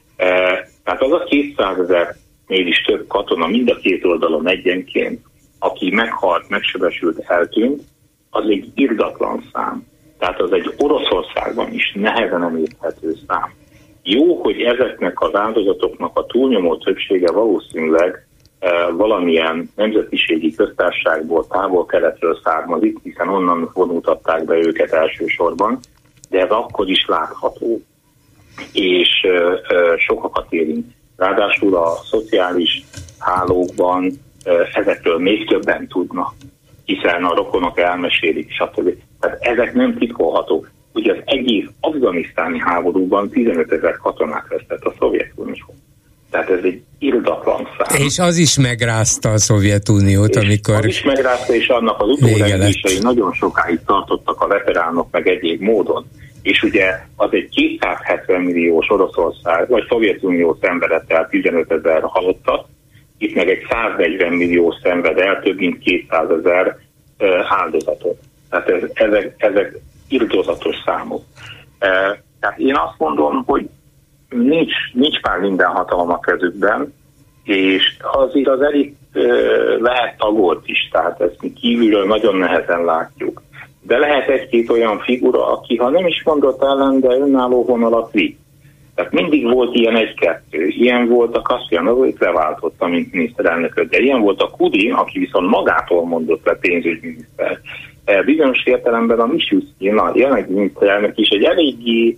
Tehát az a 200 000-nél is több katona mind a két oldalon egyenként, aki meghalt, megsebesült, eltűnt, az egy irdatlan szám. Tehát az egy Oroszországban is nehezen említhető szám. Jó, hogy ezeknek az áldozatoknak a túlnyomó többsége valószínűleg valamilyen nemzetiségi köztársaságból, távol-keletről származik, hiszen onnan vonultatták be őket elsősorban, de ez akkor is látható, és sokakat érint. Ráadásul a szociális hálókban ezekről még többen tudnak, hiszen a rokonok elmesélik, stb. Tehát ezek nem titkolhatók. Ugye az egész afganisztáni háborúban 15 000 katonát vesztett a Szovjetunió. Tehát ez egy irdatlan szám. És az is megrázta a Szovjetuniót, amikor... Az is megrázta, és annak az utólengései nagyon sokáig tartottak a veteránok meg egyéb módon. És ugye az egy 270 milliós Oroszország, vagy Szovjetunió szenvedett el 15 000 halottat, itt meg egy 140 millió szenved el több mint 200 000 áldozatot. Tehát ezek irtózatos számok. Tehát én azt mondom, hogy nincs már minden hatalom a kezükben, és azért az elit lehet tagolt is, tehát ezt mi kívülről nagyon nehezen látjuk. De lehet egy-két olyan figura, aki ha nem is mondott ellen, de önálló vonalat vitt. Tehát mindig volt ilyen egy-kettő. Ilyen volt a Kasztyanov, itt leváltotta, mint miniszterelnököt, de ilyen volt a Kudrin, aki viszont magától mondott le pénzügyminiszter. Bizonyos értelemben a Mishustin, a jelenlegi miniszterelnök is egy eléggé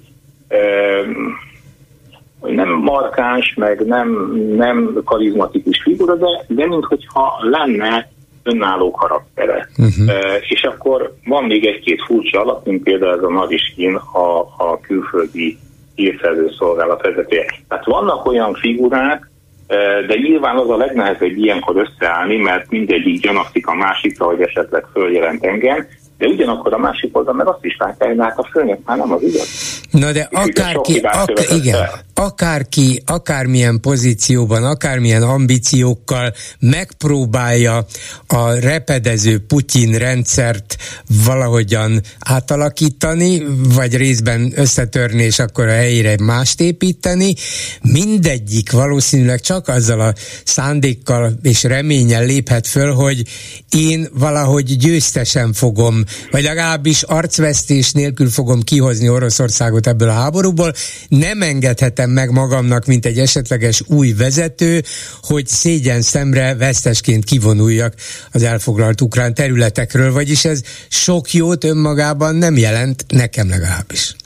nem markáns, meg nem karizmatikus figura, de minthogyha lenne önálló karaktere. És akkor van még egy-két furcsa alap, mint például ez a Nariskin, a külföldi hírszerző szolgálat vezetője. Tehát vannak olyan figurák, de nyilván az a legnehezebb ilyenkor összeállni, mert mindegyik gyanakszik a másikra, hogy esetleg följelent engem, de ugyanakkor a másik oldal meg azt is látják, hogy hát a főnök már nem az igaz. Na de akárki, igen. akárki, akármilyen pozícióban, akármilyen ambíciókkal megpróbálja a repedező Putyin rendszert valahogyan átalakítani, vagy részben összetörni, és akkor a helyére mást építeni, mindegyik valószínűleg csak azzal a szándékkal és reménnyel léphet föl, hogy én valahogy győztesen fogom, vagy legalábbis arcvesztés nélkül fogom kihozni Oroszországot ebből a háborúból. Nem engedhetem meg magamnak, mint egy esetleges új vezető, hogy szégyen szemre vesztesként kivonuljak az elfoglalt ukrán területekről, vagyis ez sok jót önmagában nem jelent, nekem legalábbis.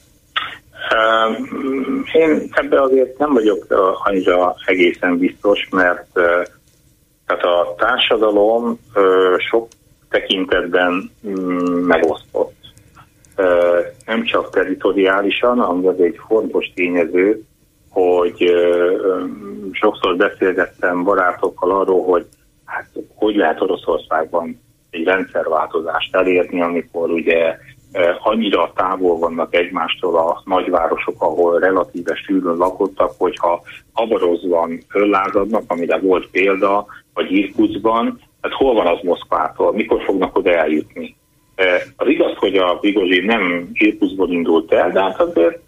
Én ebben azért nem vagyok annyira egészen biztos, mert tehát a társadalom sok tekintetben megosztott. Nem csak territoriálisan, ami az egy fontos tényező, hogy sokszor beszélgettem barátokkal arról, hogy hát hogy lehet Oroszországban egy rendszerváltozást elérni, amikor ugye annyira távol vannak egymástól a nagyvárosok, ahol relatíve sűrűn lakottak, hogyha Habarozban föllázadnak, amire volt példa, vagy Irkutszban, hát hol van az Moszkvától, mikor fognak oda eljutni? Az igaz, hogy a Prigozsin nem Irkutszból indult el, de hát azért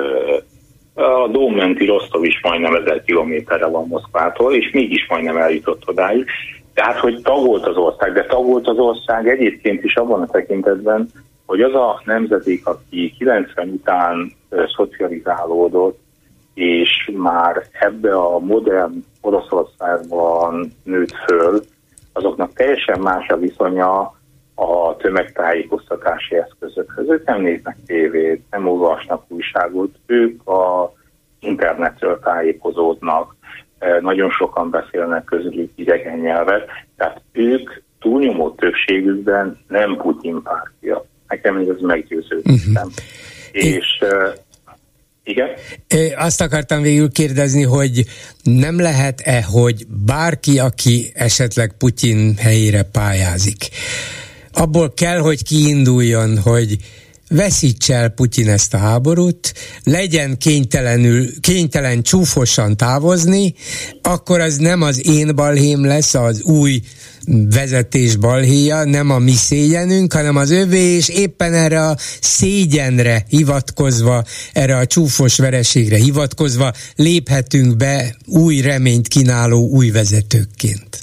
a Dómenti Rostov is majdnem 1000 kilométerre van Moszkvától, és mégis majdnem eljutott odáig. Tehát, hogy tagolt az ország, de tagolt az ország egyébként is abban a tekintetben, hogy az a nemzedék, aki 90 után szocializálódott, és már ebbe a modern Oroszországban nőtt föl, azoknak teljesen más a viszonya a tömegtájékoztatási eszközökhöz. Ők nem néznek tévét, nem olvasnak újságot, ők az internetről tájékozódnak, nagyon sokan beszélnek közülük idegen nyelvet, tehát ők túlnyomó többségükben nem Putyin pártja. Nekem ez meggyőződésem. És igen? Azt akartam végül kérdezni, hogy nem lehet-e, hogy bárki, aki esetleg Putyin helyére pályázik, abból kell, hogy kiinduljon, hogy veszítse el Putyin ezt a háborút, legyen kénytelen csúfosan távozni, akkor az nem az én balhém lesz, az új vezetés balhéja, nem a mi szégyenünk, hanem az övé, és éppen erre a szégyenre hivatkozva, erre a csúfos vereségre hivatkozva léphetünk be új reményt kínáló új vezetőkként.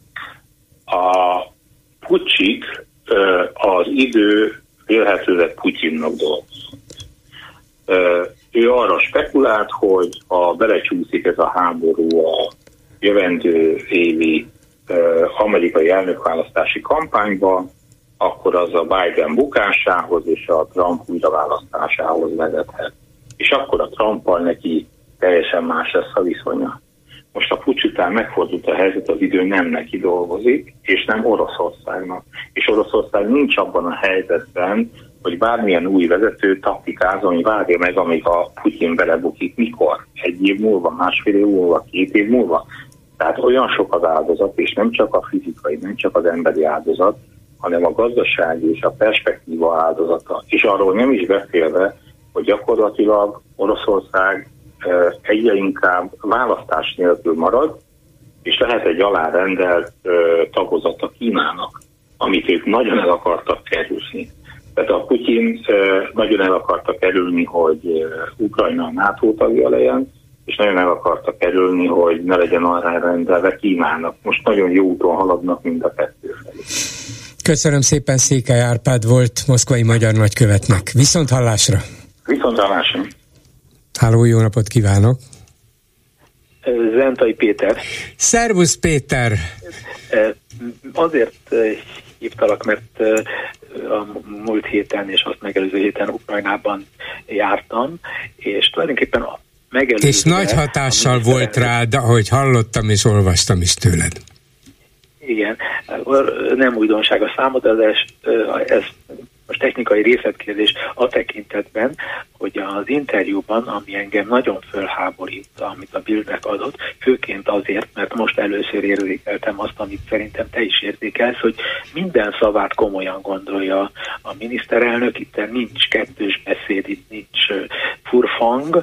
A Pucsik az idő vélhetőleg Putyinnak dolgozott. Ő arra spekulált, hogy ha belecsúszik ez a háború a jövendő évi amerikai elnökválasztási kampányba, akkor az a Biden bukásához és a Trump újraválasztásához vezethet. És akkor a Trumpal neki teljesen más lesz a viszonya. Most a puccs után megfordult a helyzet, az idő nem neki dolgozik, és nem Oroszországnak. És Oroszország nincs abban a helyzetben, hogy bármilyen új vezető taktikázon, hogy várja meg, amíg a Putyin belebukik. Mikor? 1 év múlva, másfél év múlva, 2 év múlva? Tehát olyan sok az áldozat, és nem csak a fizikai, nem csak az emberi áldozat, hanem a gazdasági és a perspektíva áldozata. És arról nem is beszélve, hogy gyakorlatilag Oroszország egyre inkább választás nélkül marad, és lehet egy alárendelt tagozata Kínának, amit ők nagyon el akartak kerülni. Tehát a Putyin nagyon el akarta kerülni, hogy Ukrajna a NATO tagja legyen, és nagyon el akarta kerülni, hogy ne legyen alárendelve Kínának. Most nagyon jó úton haladnak mind a kettő felé. Köszönöm szépen, Székely Árpád volt moszkvai magyar nagykövetnek. Viszont hallásra! Viszont hallásra! Háló, jó napot kívánok! Zentai Péter. Szervusz, Péter! Azért hívtalak, mert a múlt héten és azt megelőző héten Ukrajnában jártam, és tulajdonképpen a megelőző... És nagy hatással volt rád, ahogy hallottam és olvastam is tőled. Igen, nem újdonság a számodra, de ez most technikai részletkérdés a tekintetben, hogy az interjúban, ami engem nagyon fölháborít, amit a Bildnek adott, főként azért, mert most először érzékeltem azt, amit szerintem te is érzékelsz, hogy minden szavát komolyan gondolja a miniszterelnök, itt nincs kettős beszéd, itt nincs furfang,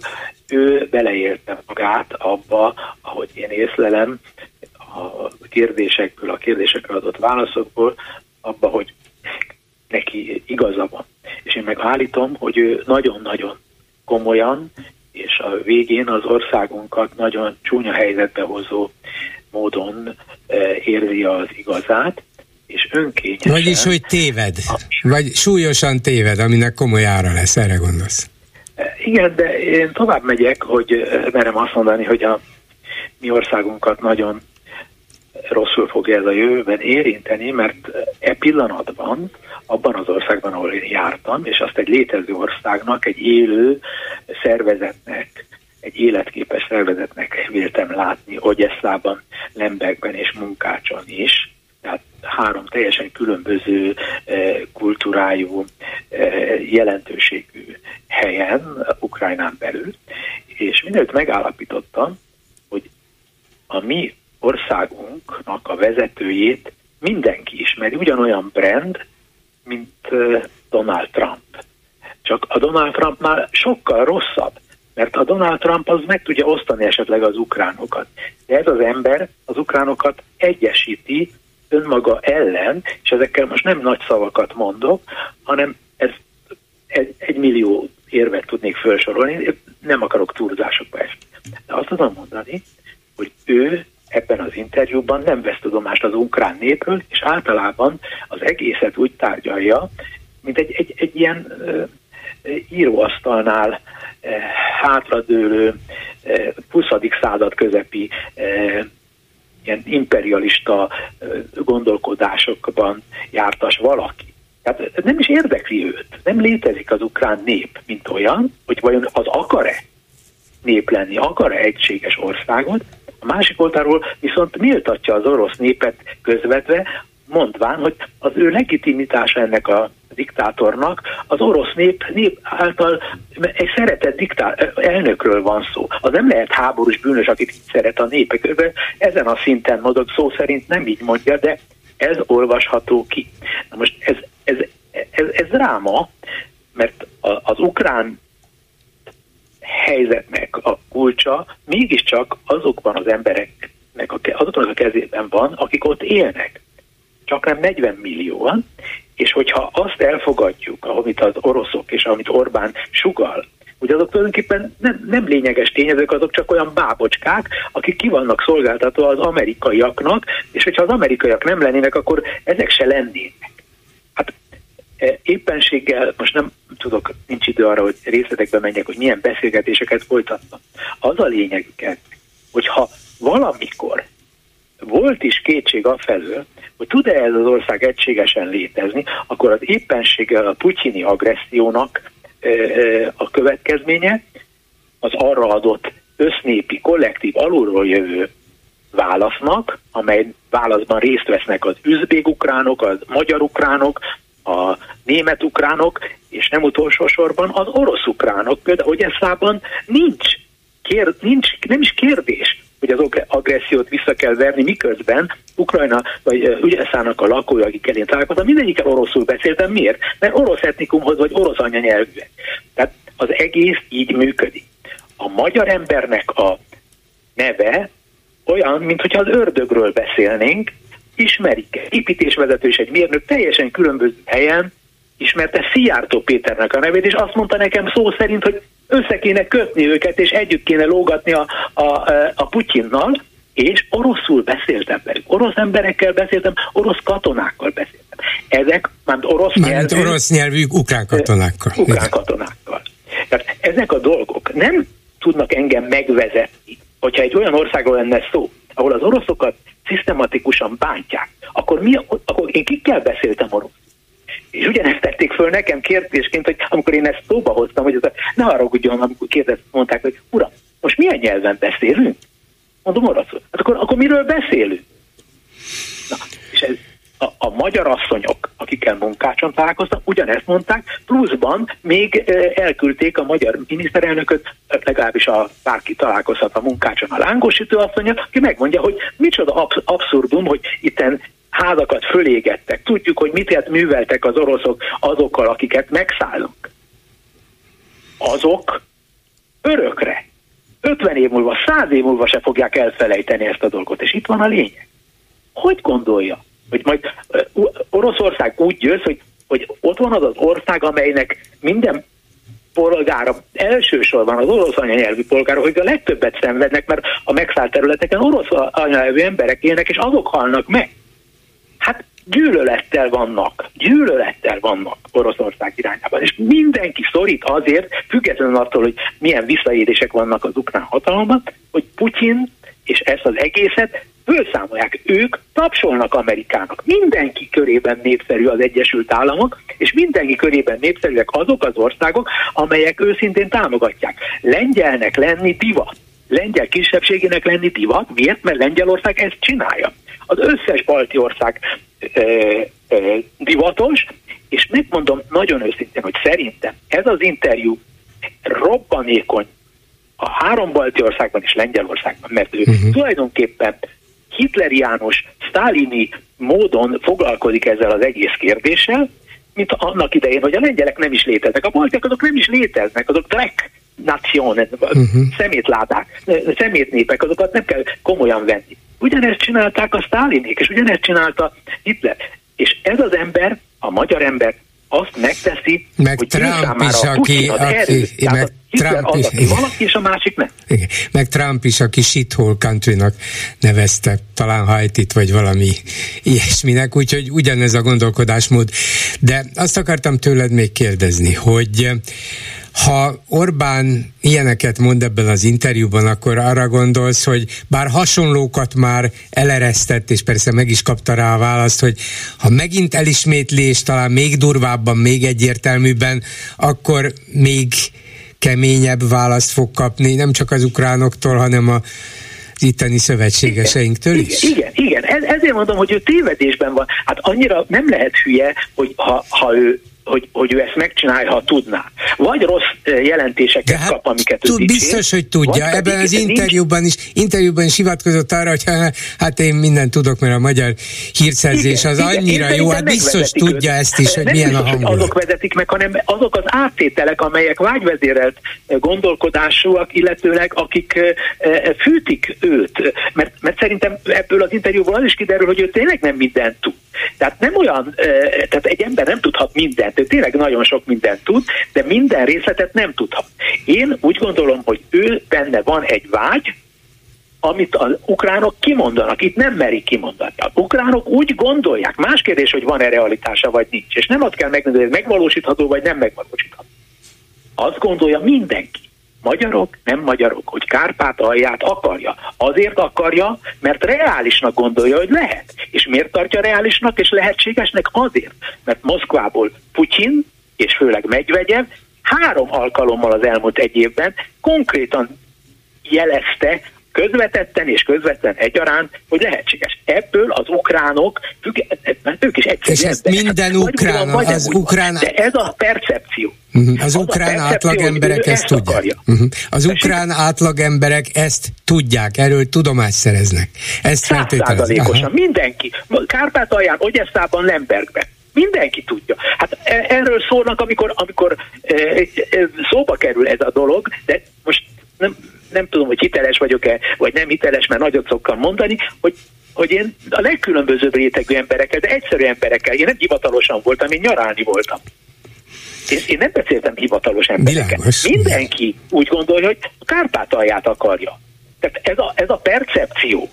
ő beleélte magát abba, ahogy én észlelem, a kérdésekre adott válaszokból, abba, hogy neki igaza van. És én meg állítom, hogy ő nagyon-nagyon komolyan, és a végén az országunkat nagyon csúnya helyzetbe hozó módon érzi az igazát, és önkényesen... Vagyis, hogy téved, vagy súlyosan téved, aminek komoly ára lesz, erre gondolsz? Igen, de én tovább megyek, hogy merem azt mondani, hogy a mi országunkat nagyon rosszul fogja ez a jövőben érinteni, mert pillanatban, abban az országban, ahol én jártam, és azt egy létező országnak, egy élő szervezetnek, egy életképes szervezetnek véltem látni Ogyesszában, Lembergben és Munkácson is, tehát 3 teljesen különböző kultúrájú, jelentőségű helyen, Ukrajnán belül, és mindenütt megállapítottam, hogy a mi országunknak a vezetőjét mindenki ismeri, ugyanolyan brand, mint Donald Trump. Csak a Donald Trumpnál sokkal rosszabb, mert a Donald Trump az meg tudja osztani esetleg az ukránokat. De ez az ember az ukránokat egyesíti önmaga ellen, és ezekkel most nem nagy szavakat mondok, hanem ez 1 millió érvet tudnék felsorolni, nem akarok túlzásokba esni. De azt tudom mondani, hogy ő ebben az interjúban nem vesz tudomást az ukrán népről, és általában az egészet úgy tárgyalja, mint egy ilyen íróasztalnál hátradőlő 20. század közepi ilyen imperialista gondolkodásokban jártas valaki. Tehát nem is érdekli őt. Nem létezik az ukrán nép, mint olyan, hogy vajon az akar-e nép lenni, akar-e egységes országot. A másik oldalról viszont méltatja az orosz népet közvetve, mondván, hogy az ő legitimitása ennek a diktátornak az orosz nép által egy szeretett elnökről van szó. Az nem lehet háborús bűnös, akit így szeret a népek. Ezen a szinten mozog, szó szerint nem így mondja, de ez olvasható ki. Na most ez dráma, mert az ukrán helyzetnek a kulcsa mégiscsak azokban az embereknek azoknak a kezében van, akik ott élnek. Csak nem 40 millióan, és hogyha azt elfogadjuk, amit az oroszok és amit Orbán sugall, hogy azok tulajdonképpen nem lényeges tényezők, azok csak olyan bábocskák, akik ki vannak szolgáltatva az amerikaiaknak, és hogyha az amerikaiak nem lennének, akkor ezek se lennének. Hát éppenséggel, most nem tudok, nincs idő arra, hogy részletekbe menjek, hogy milyen beszélgetéseket folytattam. Az a lényegük, hogyha valamikor volt is kétség afelől, hogy tud-e ez az ország egységesen létezni, akkor az éppenséggel a putyini agressziónak a következménye az arra adott össznépi, kollektív, alulról jövő válasznak, amely válaszban részt vesznek az üzbég ukránok, az magyar ukránok, a német ukránok, és nem utolsó sorban az orosz ukránok. Például Ogyesszában nem is kérdés, hogy az agressziót vissza kell verni, miközben Ukrajna vagy Ogyesszának a lakói, akikkel én találkoztam, mindegyikkel oroszul beszéltem. Miért? Mert orosz etnikumhoz vagy orosz anyanyelvűek. Tehát az egész így működik. A magyar embernek a neve olyan, mintha az ördögről beszélnénk, ismerik, építésvezető és egy mérnök teljesen különböző helyen ismerte Szijjártó Péternek a nevét, és azt mondta nekem szó szerint, hogy össze kéne kötni őket, és együtt kéne lógatni a Putyinnal, és oroszul beszéltem velük. Orosz emberekkel beszéltem, orosz katonákkal beszéltem. Ezek már orosz nyelvű ukrán katonákkal. Ukrán katonákkal. Tehát ezek a dolgok nem tudnak engem megvezetni, hogyha egy olyan országról lenne szó, ahol az oroszokat szisztematikusan bántják, akkor én kikkel beszéltem orosz? És ugyanezt tették föl nekem kérdésként, hogy amikor én ezt szóba hoztam, hogy ne haragudjon, amikor mondták, hogy uram, most milyen nyelven beszélünk? Mondom oroszul. Hát akkor miről beszélünk? Na, és ez a magyar asszonyok, akikkel Munkácson találkoztam, ugyanezt mondták, pluszban még elküldték a magyar miniszterelnököt, legalábbis bárki találkozhat a Munkácson a lángosütő asszonya, aki megmondja, hogy micsoda abszurdum, hogy itten házakat fölégettek. Tudjuk, hogy mit műveltek az oroszok azokkal, akiket megszállnak. Azok örökre 50 év múlva, 100 év múlva se fogják elfelejteni ezt a dolgot. És itt van a lényeg. Hogy gondolja, hogy majd Oroszország úgy győz, hogy ott van az az ország, amelynek minden polgára, elsősorban az orosz anyanyelvű polgárok, hogy a legtöbbet szenvednek, mert a megszállt területeken orosz anyanyelvű emberek élnek, és azok halnak meg. Hát gyűlölettel vannak Oroszország irányában, és mindenki szorít azért, függetlenül attól, hogy milyen visszaélések vannak az ukrán hatalomban, hogy Putyin és ezt az egészet fölszámolják. Ők tapsolnak Amerikának. Mindenki körében népszerű az Egyesült Államok, és mindenki körében népszerűek azok az országok, amelyek őszintén támogatják. Lengyelnek lenni divat. Lengyel kisebbségének lenni divat. Miért? Mert Lengyelország ezt csinálja. Az összes balti ország divatos, és megmondom nagyon őszintén, hogy szerintem ez az interjú robbanékony a 3 balti országban és Lengyelországban, mert ő tulajdonképpen hitleriánus, sztálini módon foglalkozik ezzel az egész kérdéssel, mint annak idején, hogy a lengyelek nem is léteznek. A baltiak azok nem is léteznek, azok Dreck Nation, szemétládák, szemétnépek, azokat nem kell komolyan venni. Ugyanezt csinálták a sztálinék, és ugyanezt csinálta Hitler. És ez az ember, a magyar ember azt megteszi, meg hogy Trump is, aki valaki, és a másik nem. Igen. Meg Trump is, aki shithole countrynak nevezte, talán Haitit, vagy valami ilyesminek, úgyhogy ugyanez a gondolkodásmód. De azt akartam tőled még kérdezni, hogy ha Orbán ilyeneket mond ebben az interjúban, akkor arra gondolsz, hogy bár hasonlókat már eleresztett, és persze meg is kapta rá a választ, hogy ha megint elismétli, és talán még durvábban, még egyértelműbben, akkor még keményebb választ fog kapni, nem csak az ukránoktól, hanem az itteni szövetségeseinktől is? Igen. Ezért mondom, hogy ő tévedésben van. Hát annyira nem lehet hülye, hogy hogy ő ezt megcsinálja, ha tudná. Vagy rossz jelentéseket kap, amiket ő dicség. Biztos, hogy tudja. Ebben az interjúban is hivatkozott arra, hogy hát én mindent tudok, mert a magyar hírszerzés az annyira jó, hát biztos tudja ezt is, hogy milyen a hangulat. Azok vezetik meg, hanem azok az áttételek, amelyek vágyvezérelt gondolkodásúak, illetőleg akik fűtik őt. Mert szerintem ebből az interjúból az is kiderül, hogy ő tényleg nem mindent tud. Tehát nem olyan, tehát egy ember nem tudhat mindent, ő tényleg nagyon sok mindent tud, de minden részletet nem tudhat. Én úgy gondolom, hogy ő benne van egy vágy, amit az ukránok kimondanak, itt nem merik kimondani. Az ukránok úgy gondolják, más kérdés, hogy van-e realitása, vagy nincs, és nem azt kell megmondani, hogy megvalósítható, vagy nem megvalósítható. Azt gondolja mindenki, magyarok, nem magyarok, hogy Kárpátalját akarja. Azért akarja, mert reálisnak gondolja, hogy lehet. És miért tartja reálisnak és lehetségesnek? Azért, mert Moszkvából Putyin, és főleg Medvegyev 3 alkalommal az elmúlt 1 évben konkrétan jelezte, közvetetten és közvetlen egyaránt, hogy lehetséges. Ebből az ukránok, ők is egyszerűen. És ezt minden ukrán, az ukrán... De ez a percepció. Az ukrán átlagemberek ezt tudják. Az ukrán átlagemberek ezt tudják, erről tudomást szereznek. Ezt feltételezik. 100%-osan mindenki. Kárpátalján, Ogyesszában, Lembergben. Mindenki tudja. Hát erről szólnak, amikor szóba kerül ez a dolog, de most nem tudom, hogy hiteles vagyok-e, vagy nem hiteles, mert nagyot szoktam mondani, hogy én a legkülönbözőbb rétegű emberekkel, de egyszerű emberekkel, én nem hivatalosan voltam, én nyarálni voltam. Én nem beszéltem hivatalos emberekkel. Mindenki úgy gondolja, hogy a Kárpátalját akarja. Tehát ez a percepció,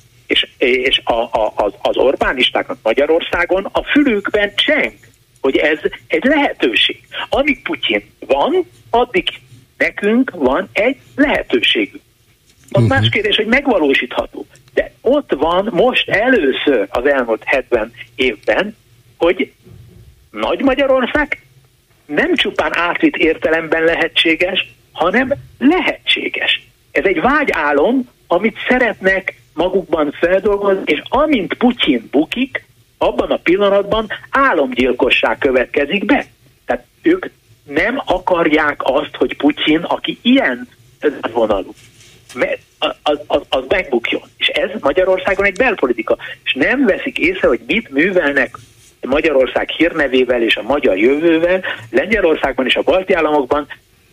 és az Orbánistáknak Magyarországon a fülükben cseng, hogy ez egy lehetőség. Amíg Putyin van, addig nekünk van egy lehetőségünk. Az más kérdés, hogy megvalósítható. De ott van most először az elmúlt 70 évben, hogy Nagy Magyarország nem csupán átvitt értelemben lehetséges, hanem lehetséges. Ez egy vágyálom, amit szeretnek magukban feldolgozni, és amint Putyin bukik, abban a pillanatban álomgyilkosság következik be. Tehát ők nem akarják azt, hogy Putyin, aki ilyen vonalú, az megbukjon. És ez Magyarországon egy belpolitika. És nem veszik észre, hogy mit művelnek Magyarország hírnevével és a magyar jövővel, Lengyelországban és a balti államokban,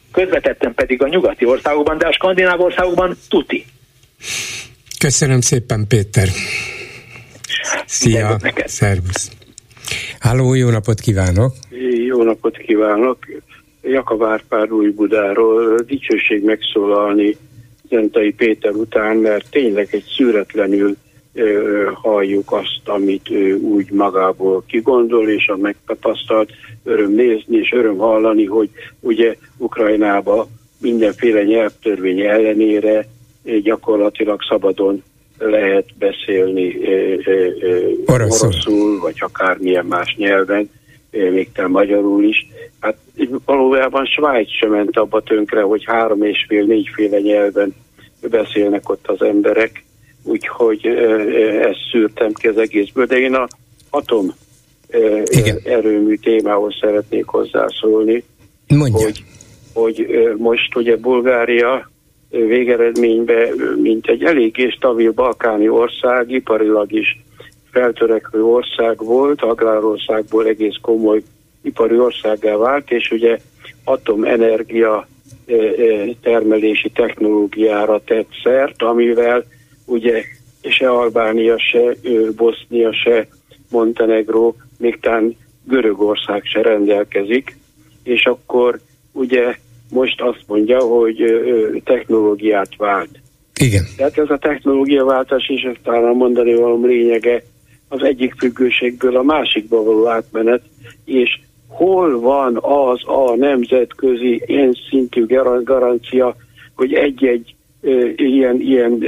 közvetetten pedig a nyugati országokban, de a skandináv országokban tuti. Köszönöm szépen, Péter. Szia, szervusz. Halló, jó napot kívánok! Jó napot kívánok! Jakab Árpád Újbudáról. Dicsőség megszólalni Zentai Péter után, mert tényleg egy szűretlenül halljuk azt, amit ő úgy magából kigondol, és a megtapasztalt öröm nézni, és öröm hallani, hogy ugye Ukrajnába mindenféle nyelvtörvény ellenére gyakorlatilag szabadon lehet beszélni oroszul, vagy akármilyen más nyelven, még te magyarul is. Hát valójában Svájc sem ment abba tönkre, hogy 3,5-4 nyelven beszélnek ott az emberek, úgyhogy ezt szűrtem ki az egészből, de én a atom erőmű témához szeretnék hozzászólni, hogy most ugye Bulgária végeredményben, mint egy eléggé stabil balkáni ország, iparilag is feltörekvő ország volt, agrárországból egész komoly ipari országgá vált, és ugye atomenergia termelési technológiára tett szert, amivel ugye se Albánia, se Bosznia, se Montenegró, még talán Görögország se rendelkezik, és akkor ugye most azt mondja, hogy technológiát vált. Igen. Tehát ez a technológiaváltás, és ezt talán mondani valami lényege, az egyik függőségből a másikba való átmenet, és hol van az a nemzetközi ilyen szintű garancia, hogy egy-egy ilyen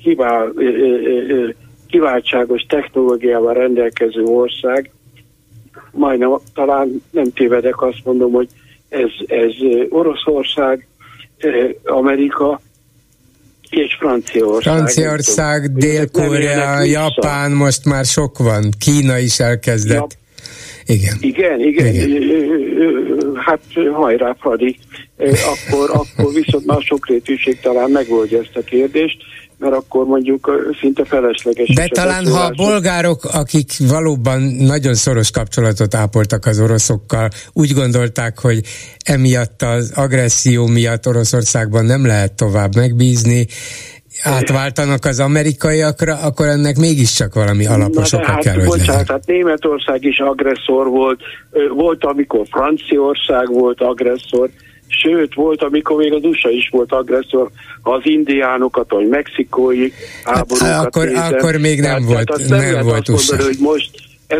kiváltságos technológiával rendelkező ország, majdnem talán nem tévedek, azt mondom, hogy ez Oroszország, Amerika és Franciaország, Dél-Korea, Japán, most már sok van, Kína is elkezdett. Igen. Hát hajrá, Fradi. Akkor viszont már sokrétűség talán megoldja ezt a kérdést, mert akkor mondjuk szinte felesleges. De talán ha a bolgárok, akik valóban nagyon szoros kapcsolatot ápoltak az oroszokkal, úgy gondolták, hogy emiatt az agresszió miatt Oroszországban nem lehet tovább megbízni, átváltanak az amerikaiakra, akkor ennek mégiscsak valami alapos oka kell, hogy legyen. Hát Németország is agresszor volt, amikor Franciaország volt agresszor, sőt, volt, amikor még az USA is volt agresszor, az indiánokat, vagy mexikói háborúkat akkor még nem volt, nem volt USA. Mondani, hogy most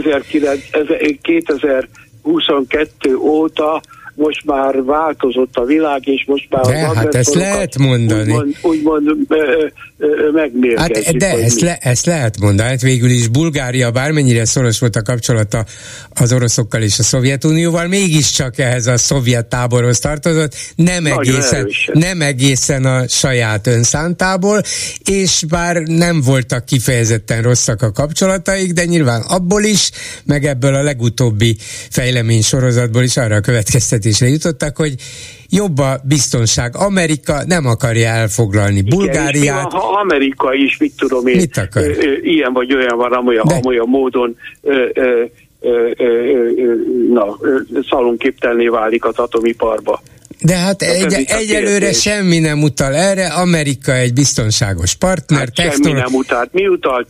2022 óta most már változott a világ, és most már de az hát ezt lehet mondani. Úgymond megmérgezzük. Hát, de ezt lehet mondani. Hát végül is Bulgária, bármennyire szoros volt a kapcsolata az oroszokkal és a Szovjetunióval, mégiscsak ehhez a szovjet táborhoz tartozott, nem egészen a saját önszántából, és bár nem voltak kifejezetten rosszak a kapcsolataik, de nyilván abból is, meg ebből a legutóbbi fejlemény sorozatból is arra a következtetésre jutottak, hogy jobb a biztonság. Amerika nem akarja elfoglalni Bulgáriát. Ha Amerika is, mit tudom én, ilyen vagy olyan van, amolyan módon szalonképtelné válik az atomiparba. De hát egyelőre semmi nem utal erre, Amerika egy biztonságos partner. Hát semmi nem utalt. Mi utalt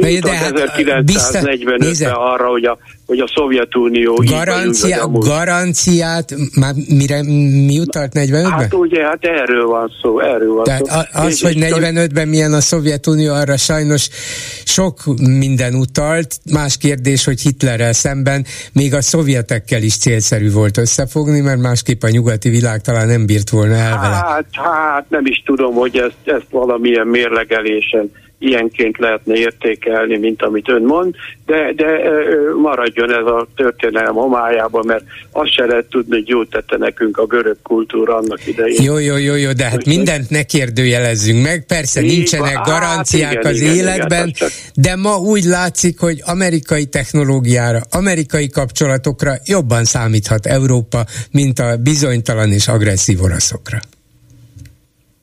1945-ben arra, hogy a Szovjetunió garanciát, már mi utalt 45-ben? Hát ugye, erről van szó. Tehát az, hogy 45-ben milyen a Szovjetunió, arra sajnos sok minden utalt. Más kérdés, hogy Hitlerrel szemben még a szovjetekkel is célszerű volt összefogni, mert másképp a nyugati világ talán nem bírt volna el vele. Hát nem is tudom, hogy ezt valamilyen mérlegelésen ilyenként lehetne értékelni, mint amit ön mond, de maradjon ez a történelem homályában, mert azt se lehet tudni, hogy jót tette nekünk a görög kultúra annak idején. Jó, de hát mindent ne kérdőjelezzünk meg, persze nincsenek garanciák az életben, de ma úgy látszik, hogy amerikai technológiára, amerikai kapcsolatokra jobban számíthat Európa, mint a bizonytalan és agresszív oroszokra.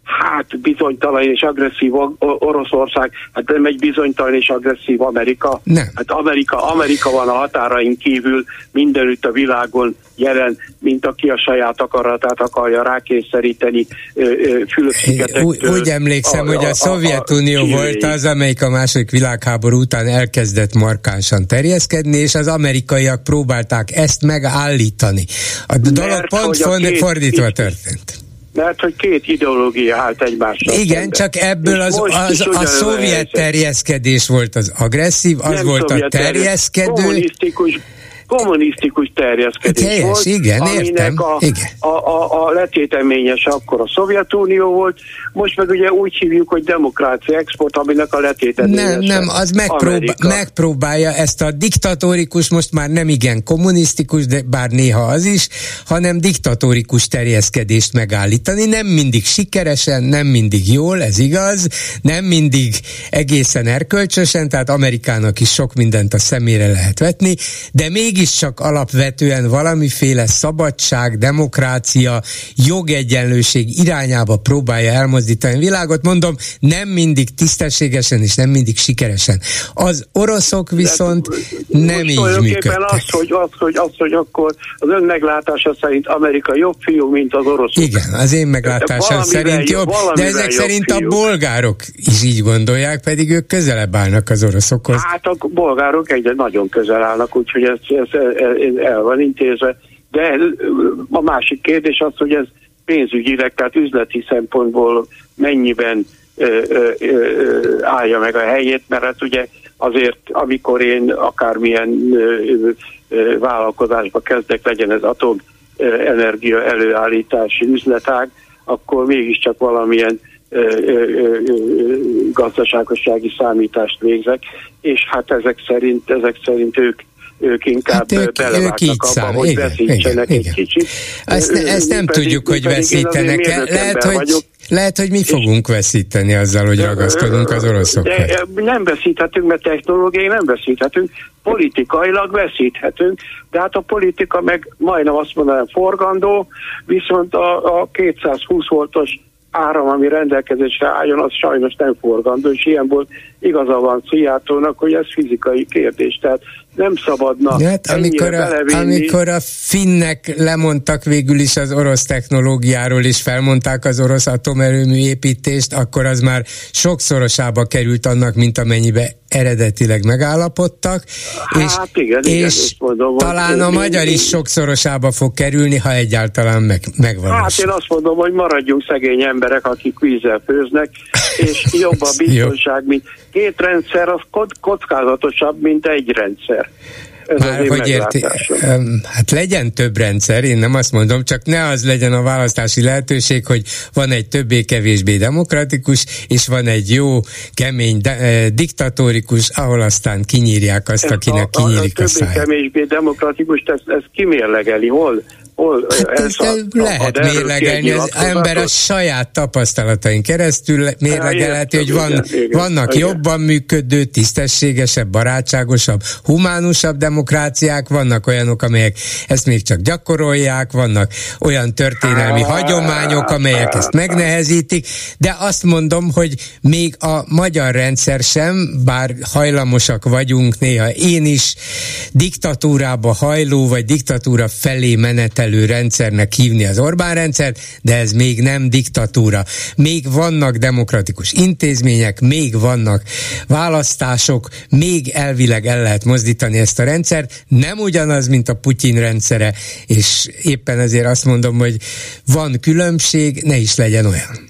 hát bizonytalan és agresszív Oroszország, hát nem egy bizonytalan és agresszív Amerika. Nem. Hát Amerika van a határain kívül mindenütt a világon jelen, mint aki a saját akaratát akarja rákényszeríteni Fülöp-szigetektől. Úgy emlékszem, hogy a Szovjetunió volt az, amelyik a második világháború után elkezdett markánsan terjeszkedni, és az amerikaiak próbálták ezt megállítani. A dolog pont fordítva történt. Mert hogy két ideológia állt egymással. Igen, szemben. csak ebből a szovjet terjeszkedés volt az agresszív, az nem volt a terjeszkedő. Kommunisztikus terjeszkedés helyes, volt, igen, aminek a letéteményes akkor a Szovjetunió volt, most meg ugye úgy hívjuk, hogy demokrácia export, aminek a letéteményes. Nem, az megpróbálja ezt a diktatórikus, most már nem igen kommunisztikus, de bár néha az is, hanem diktatórikus terjeszkedést megállítani. Nem mindig sikeresen, nem mindig jól, ez igaz, nem mindig egészen erkölcsösen, tehát Amerikának is sok mindent a szemére lehet vetni, de mégis csak alapvetően valamiféle szabadság, demokrácia, jogegyenlőség irányába próbálja elmozdítani a világot. Mondom, nem mindig tisztességesen és nem mindig sikeresen. Az oroszok viszont nem így működtek. Az, hogy akkor az ön meglátása szerint Amerika jobb fiú, mint az oroszok. Igen, az én meglátásom szerint jobb, de ezek szerint a bolgárok is így gondolják, pedig ők közelebb állnak az oroszokhoz. Hát a bolgárok egyre nagyon közel állnak, úgyhogy ez el van intézve, de a másik kérdés az, hogy ez pénzügyileg, tehát üzleti szempontból mennyiben állja meg a helyét, mert hát ugye azért, amikor én akármilyen vállalkozásba kezdek, legyen ez atomenergia előállítási üzletág, akkor mégiscsak valamilyen gazdaságossági számítást végzek, és hát ezek szerint ők inkább belevágnak abba, hogy veszítsenek egy kicsit. Ezt nem tudjuk, hogy veszítenek. Lehet, hogy mi fogunk veszíteni azzal, hogy ragaszkodunk az oroszokhoz. Nem veszíthetünk, mert technológiai nem veszíthetünk, politikailag veszíthetünk, de hát a politika meg majdnem azt mondanám forgandó, viszont a 220 voltos áram, ami rendelkezésre álljon, az sajnos nem forgandó, és ilyenból igaza van Szijjártónak, hogy ez fizikai kérdés, tehát nem szabadna hát, amikor a finnek lemondtak végül is az orosz technológiáról, és felmondták az orosz atomerőmű építést, akkor az már sokszorosába került annak, mint amennyibe eredetileg megállapodtak, hát és mondom, talán a magyar is sokszorosába fog kerülni, ha egyáltalán megvalósul. Hát én azt mondom, hogy maradjunk szegény emberek, akik vízzel főznek, és jobb a biztonság, mint két rendszer, az kockázatosabb, mint egy rendszer. Már hogy érti, hát legyen több rendszer, én nem azt mondom, csak ne az legyen a választási lehetőség, hogy van egy többé-kevésbé demokratikus, és van egy jó, kemény, diktatórikus, ahol aztán kinyírják azt, akinek kinyírik a száj. A többé-kevésbé demokratikus, ezt kimérlegeli, hol lehet mérlegelni, az ember a saját tapasztalatain keresztül mérlegelheti, hogy vannak jobban működő, tisztességesebb, barátságosabb, humánusabb demokráciák, vannak olyanok, amelyek ezt még csak gyakorolják, vannak olyan történelmi hagyományok, amelyek ezt megnehezítik, de azt mondom, hogy még a magyar rendszer sem, bár hajlamosak vagyunk néha én is diktatúrába hajló, vagy diktatúra felé menetelő rendszernek hívni az Orbán rendszert, de ez még nem diktatúra. Még vannak demokratikus intézmények, még vannak választások, még elvileg el lehet mozdítani ezt a rendszert. Nem ugyanaz, mint a Putyin rendszere, és éppen ezért azt mondom, hogy van különbség, ne is legyen olyan.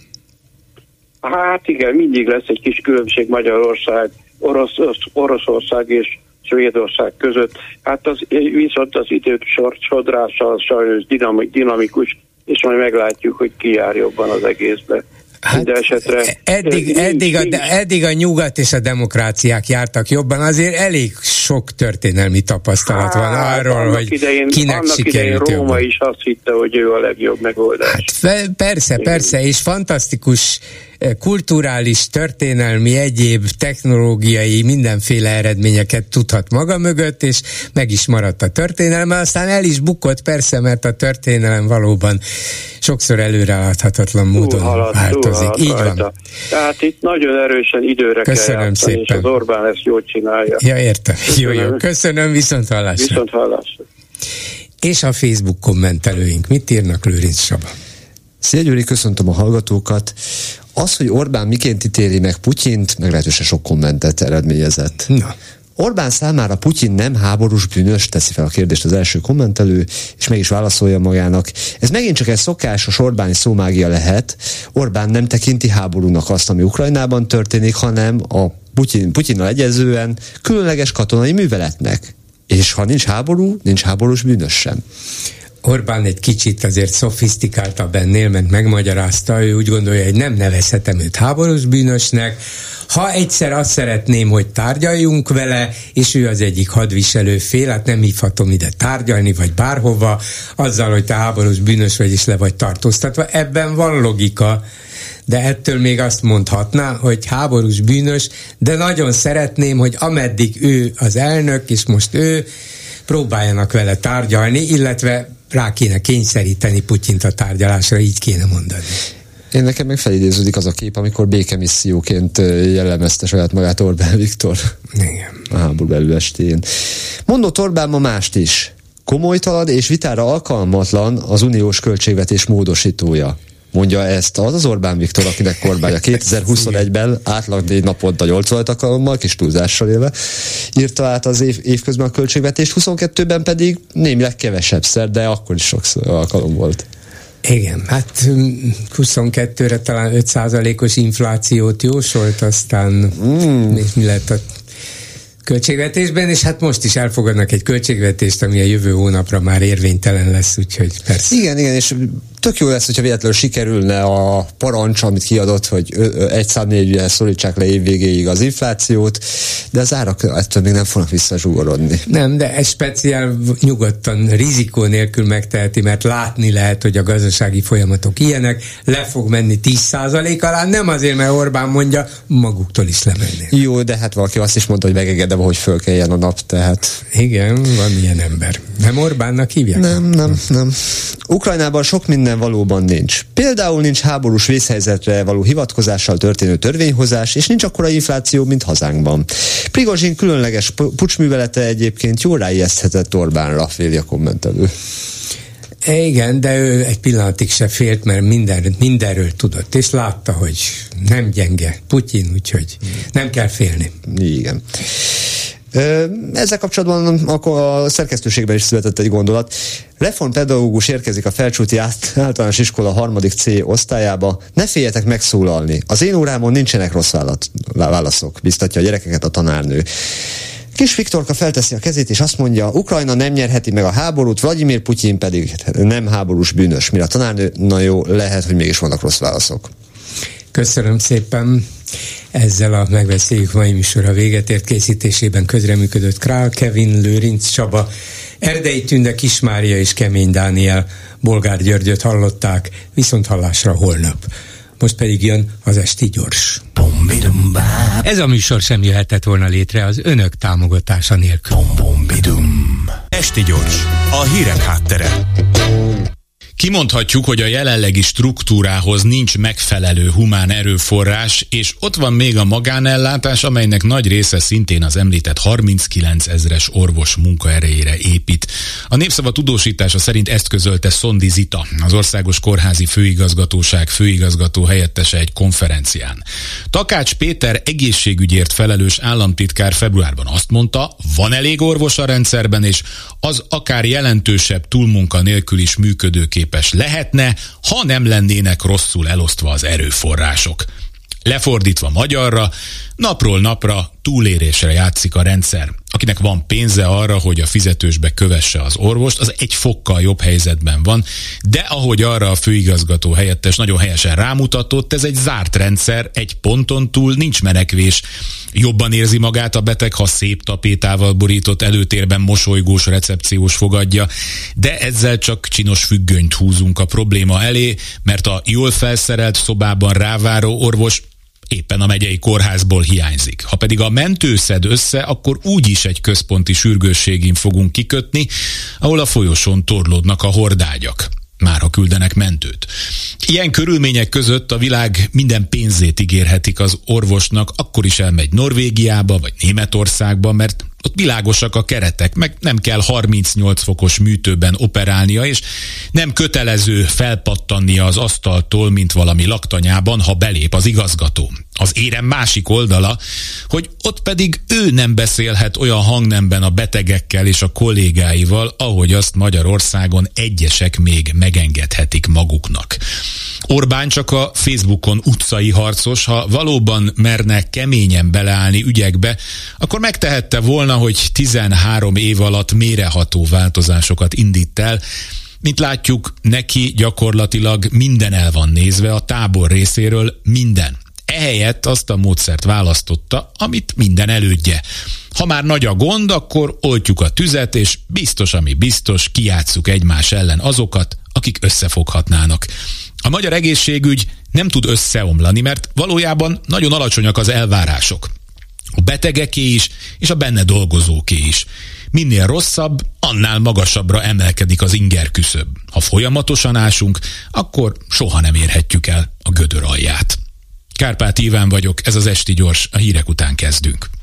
Hát igen, mindig lesz egy kis különbség Magyarország, Oroszország és Svédország között. Hát viszont az idők sodrása sajnos dinamikus, és majd meglátjuk, hogy ki jár jobban az egészbe. Hát eddig a nyugat és a demokráciák jártak jobban, azért elég sok történelmi tapasztalat van arról, hogy kinek sikerült jobban. Róma is azt hitte, hogy ő a legjobb megoldás. Hát persze, és fantasztikus kulturális, történelmi, egyéb technológiai, mindenféle eredményeket tudhat maga mögött, és meg is maradt a történelem, aztán el is bukott, persze, mert a történelem valóban sokszor előreláthatatlan módon változik. Így van. Tehát itt nagyon erősen időre köszönöm kell játszani, szépen. És az Orbán ezt jól csinálja. Ja, értem. Jó. Köszönöm, viszonthallásra. És a Facebook kommentelőink. Mit írnak, Lőrinc Csaba? Szia Gyuri, köszöntöm a hallgatókat. Az, hogy Orbán miként ítéli meg Putyint, meglehetősen sok kommentet eredményezett. Na. Orbán számára Putyin nem háborús bűnös, teszi fel a kérdést az első kommentelő, és meg is válaszolja magának. Ez megint csak egy szokásos Orbáni szómágia lehet. Orbán nem tekinti háborúnak azt, ami Ukrajnában történik, hanem a Putyinnal egyezően különleges katonai műveletnek. És ha nincs háború, nincs háborús bűnös sem. Orbán egy kicsit azért szofisztikáltabb ennél, mert megmagyarázta, ő úgy gondolja, hogy nem nevezhetem őt háborús bűnösnek, ha egyszer azt szeretném, hogy tárgyaljunk vele, és ő az egyik hadviselő fél, hát nem hívhatom ide tárgyalni, vagy bárhova, azzal, hogy te háborús bűnös vagy, és le vagy tartóztatva. Ebben van logika, de ettől még azt mondhatná, hogy háborús bűnös, de nagyon szeretném, hogy ameddig ő az elnök, és most ő, próbáljanak vele tárgyalni, illetve rá kéne kényszeríteni Putyint a tárgyalásra, így kéne mondani. Én nekem meg felidéződik az a kép, amikor békemisszióként jellemezte saját magát Orbán Viktor. Igen. A háború előestéjén. Mondott Orbán ma mást is. Komolytalan és vitára alkalmatlan az uniós költségvetés módosítója. Mondja ezt az Orbán Viktor, akinek kormánya 2021-ben átlag 4 naponta 8 alkalommal, kis túlzással élve, írta át az évközben a költségvetést, 22-ben pedig némileg kevesebbszer, de akkor is sokszor alkalom volt. Igen, hát 22-re talán 5%-os inflációt jósolt, aztán mi lett a költségvetésben, és hát most is elfogadnak egy költségvetést, ami a jövő hónapra már érvénytelen lesz, úgyhogy persze. Igen, és tök jó lesz, hogyha véletlenül sikerülne a parancs, amit kiadott, hogy 1,4-jel szorítsák le évvégéig az inflációt, de az árak ettől még nem fognak visszazsugorodni. Nem, de egy speciál nyugodtan, rizikó nélkül megteheti, mert látni lehet, hogy a gazdasági folyamatok ilyenek, le fog menni 10% alá, nem azért, mert Orbán mondja, maguktól is lemennél. Jó, de hát valaki azt is mondta, hogy megengedem, hogy fölkeljen a nap, tehát... Igen, van ilyen ember. Nem Orbánnak hívják? Nem. Ukrajnában sok minden valóban nincs. Például nincs háborús vészhelyzetre való hivatkozással történő törvényhozás, és nincs akkora infláció, mint hazánkban. Prigozsin különleges puccsművelete egyébként jól ráijeszthetett Orbánra, féli a kommentelő. Igen, de ő egy pillanatig se félt, mert mindenről tudott, és látta, hogy nem gyenge Putyin, úgyhogy nem kell félni. Igen. Ezzel kapcsolatban akkor a szerkesztőségben is született egy gondolat. Reformpedagógus érkezik a Felcsúti Általános Iskola 3. C osztályába. Ne féljetek megszólalni. Az én órámon nincsenek rossz válaszok, biztatja a gyerekeket a tanárnő. Kis Viktorka felteszi a kezét, és azt mondja, Ukrajna nem nyerheti meg a háborút, Vladimir Putyin pedig nem háborús bűnös. Mire a tanárnő, na jó, lehet, hogy mégis vannak rossz válaszok. Köszönöm szépen. Ezzel a Megbeszéljük mai műsora véget ért, készítésében közreműködött Král Kevin, Lőrinc Csaba, Erdei Tünde, Kis Mária és Kemény Dániel. Bolgár Györgyöt hallották, viszont hallásra holnap. Most pedig jön az Esti Gyors. Ez a műsor sem jöhetett volna létre az önök támogatása nélkül. Esti Gyors, a hírek háttere. Kimondhatjuk, hogy a jelenlegi struktúrához nincs megfelelő humán erőforrás, és ott van még a magánellátás, amelynek nagy része szintén az említett 39 000 orvos munkaerejére épít. A Népszava tudósítása szerint ezt közölte Szondi Zita, az Országos Kórházi Főigazgatóság főigazgató helyettese egy konferencián. Takács Péter egészségügyért felelős államtitkár februárban azt mondta, van elég orvos a rendszerben, és az akár jelentősebb túlmunka nélkül is működőképes lehetne, ha nem lennének rosszul elosztva az erőforrások. Lefordítva magyarra, napról napra túlélésre játszik a rendszer. akinek van pénze arra, hogy a fizetősbe kövesse az orvost, az egy fokkal jobb helyzetben van, de ahogy arra a főigazgató helyettes nagyon helyesen rámutatott, ez egy zárt rendszer, egy ponton túl nincs menekvés. Jobban érzi magát a beteg, ha szép tapétával borított előtérben mosolygós recepciós fogadja, de ezzel csak csinos függönyt húzunk a probléma elé, mert a jól felszerelt szobában ráváró orvos éppen a megyei kórházból hiányzik. Ha pedig a mentő szed össze, akkor úgyis egy központi sürgősségin fogunk kikötni, ahol a folyosón torlódnak a hordágyak. Már ha küldenek mentőt. Ilyen körülmények között a világ minden pénzét ígérhetik az orvosnak, akkor is elmegy Norvégiába vagy Németországba, mert ott világosak a keretek, meg nem kell 38 fokos műtőben operálnia, és nem kötelező felpattannia az asztaltól, mint valami laktanyában, ha belép az igazgató. Az érem másik oldala, hogy ott pedig ő nem beszélhet olyan hangnemben a betegekkel és a kollégáival, ahogy azt Magyarországon egyesek még megengedhetik maguknak. Orbán csak a Facebookon utcai harcos, ha valóban merne keményen beleállni ügyekbe, akkor megtehette volna, hogy 13 év alatt mélyreható változásokat indít el. Mint látjuk, neki gyakorlatilag minden el van nézve, a tábor részéről minden. Ehelyett azt a módszert választotta, amit minden elődje. Ha már nagy a gond, akkor oltjuk a tüzet, és biztos, ami biztos, kijátsszuk egymás ellen azokat, akik összefoghatnának. A magyar egészségügy nem tud összeomlani, mert valójában nagyon alacsonyak az elvárások. A betegeké is, és a benne dolgozóké is. Minél rosszabb, annál magasabbra emelkedik az ingerküszöb. Ha folyamatosan ásunk, akkor soha nem érhetjük el a gödör alját. Kárpát Iván vagyok, ez az Esti Gyors, a hírek után kezdünk.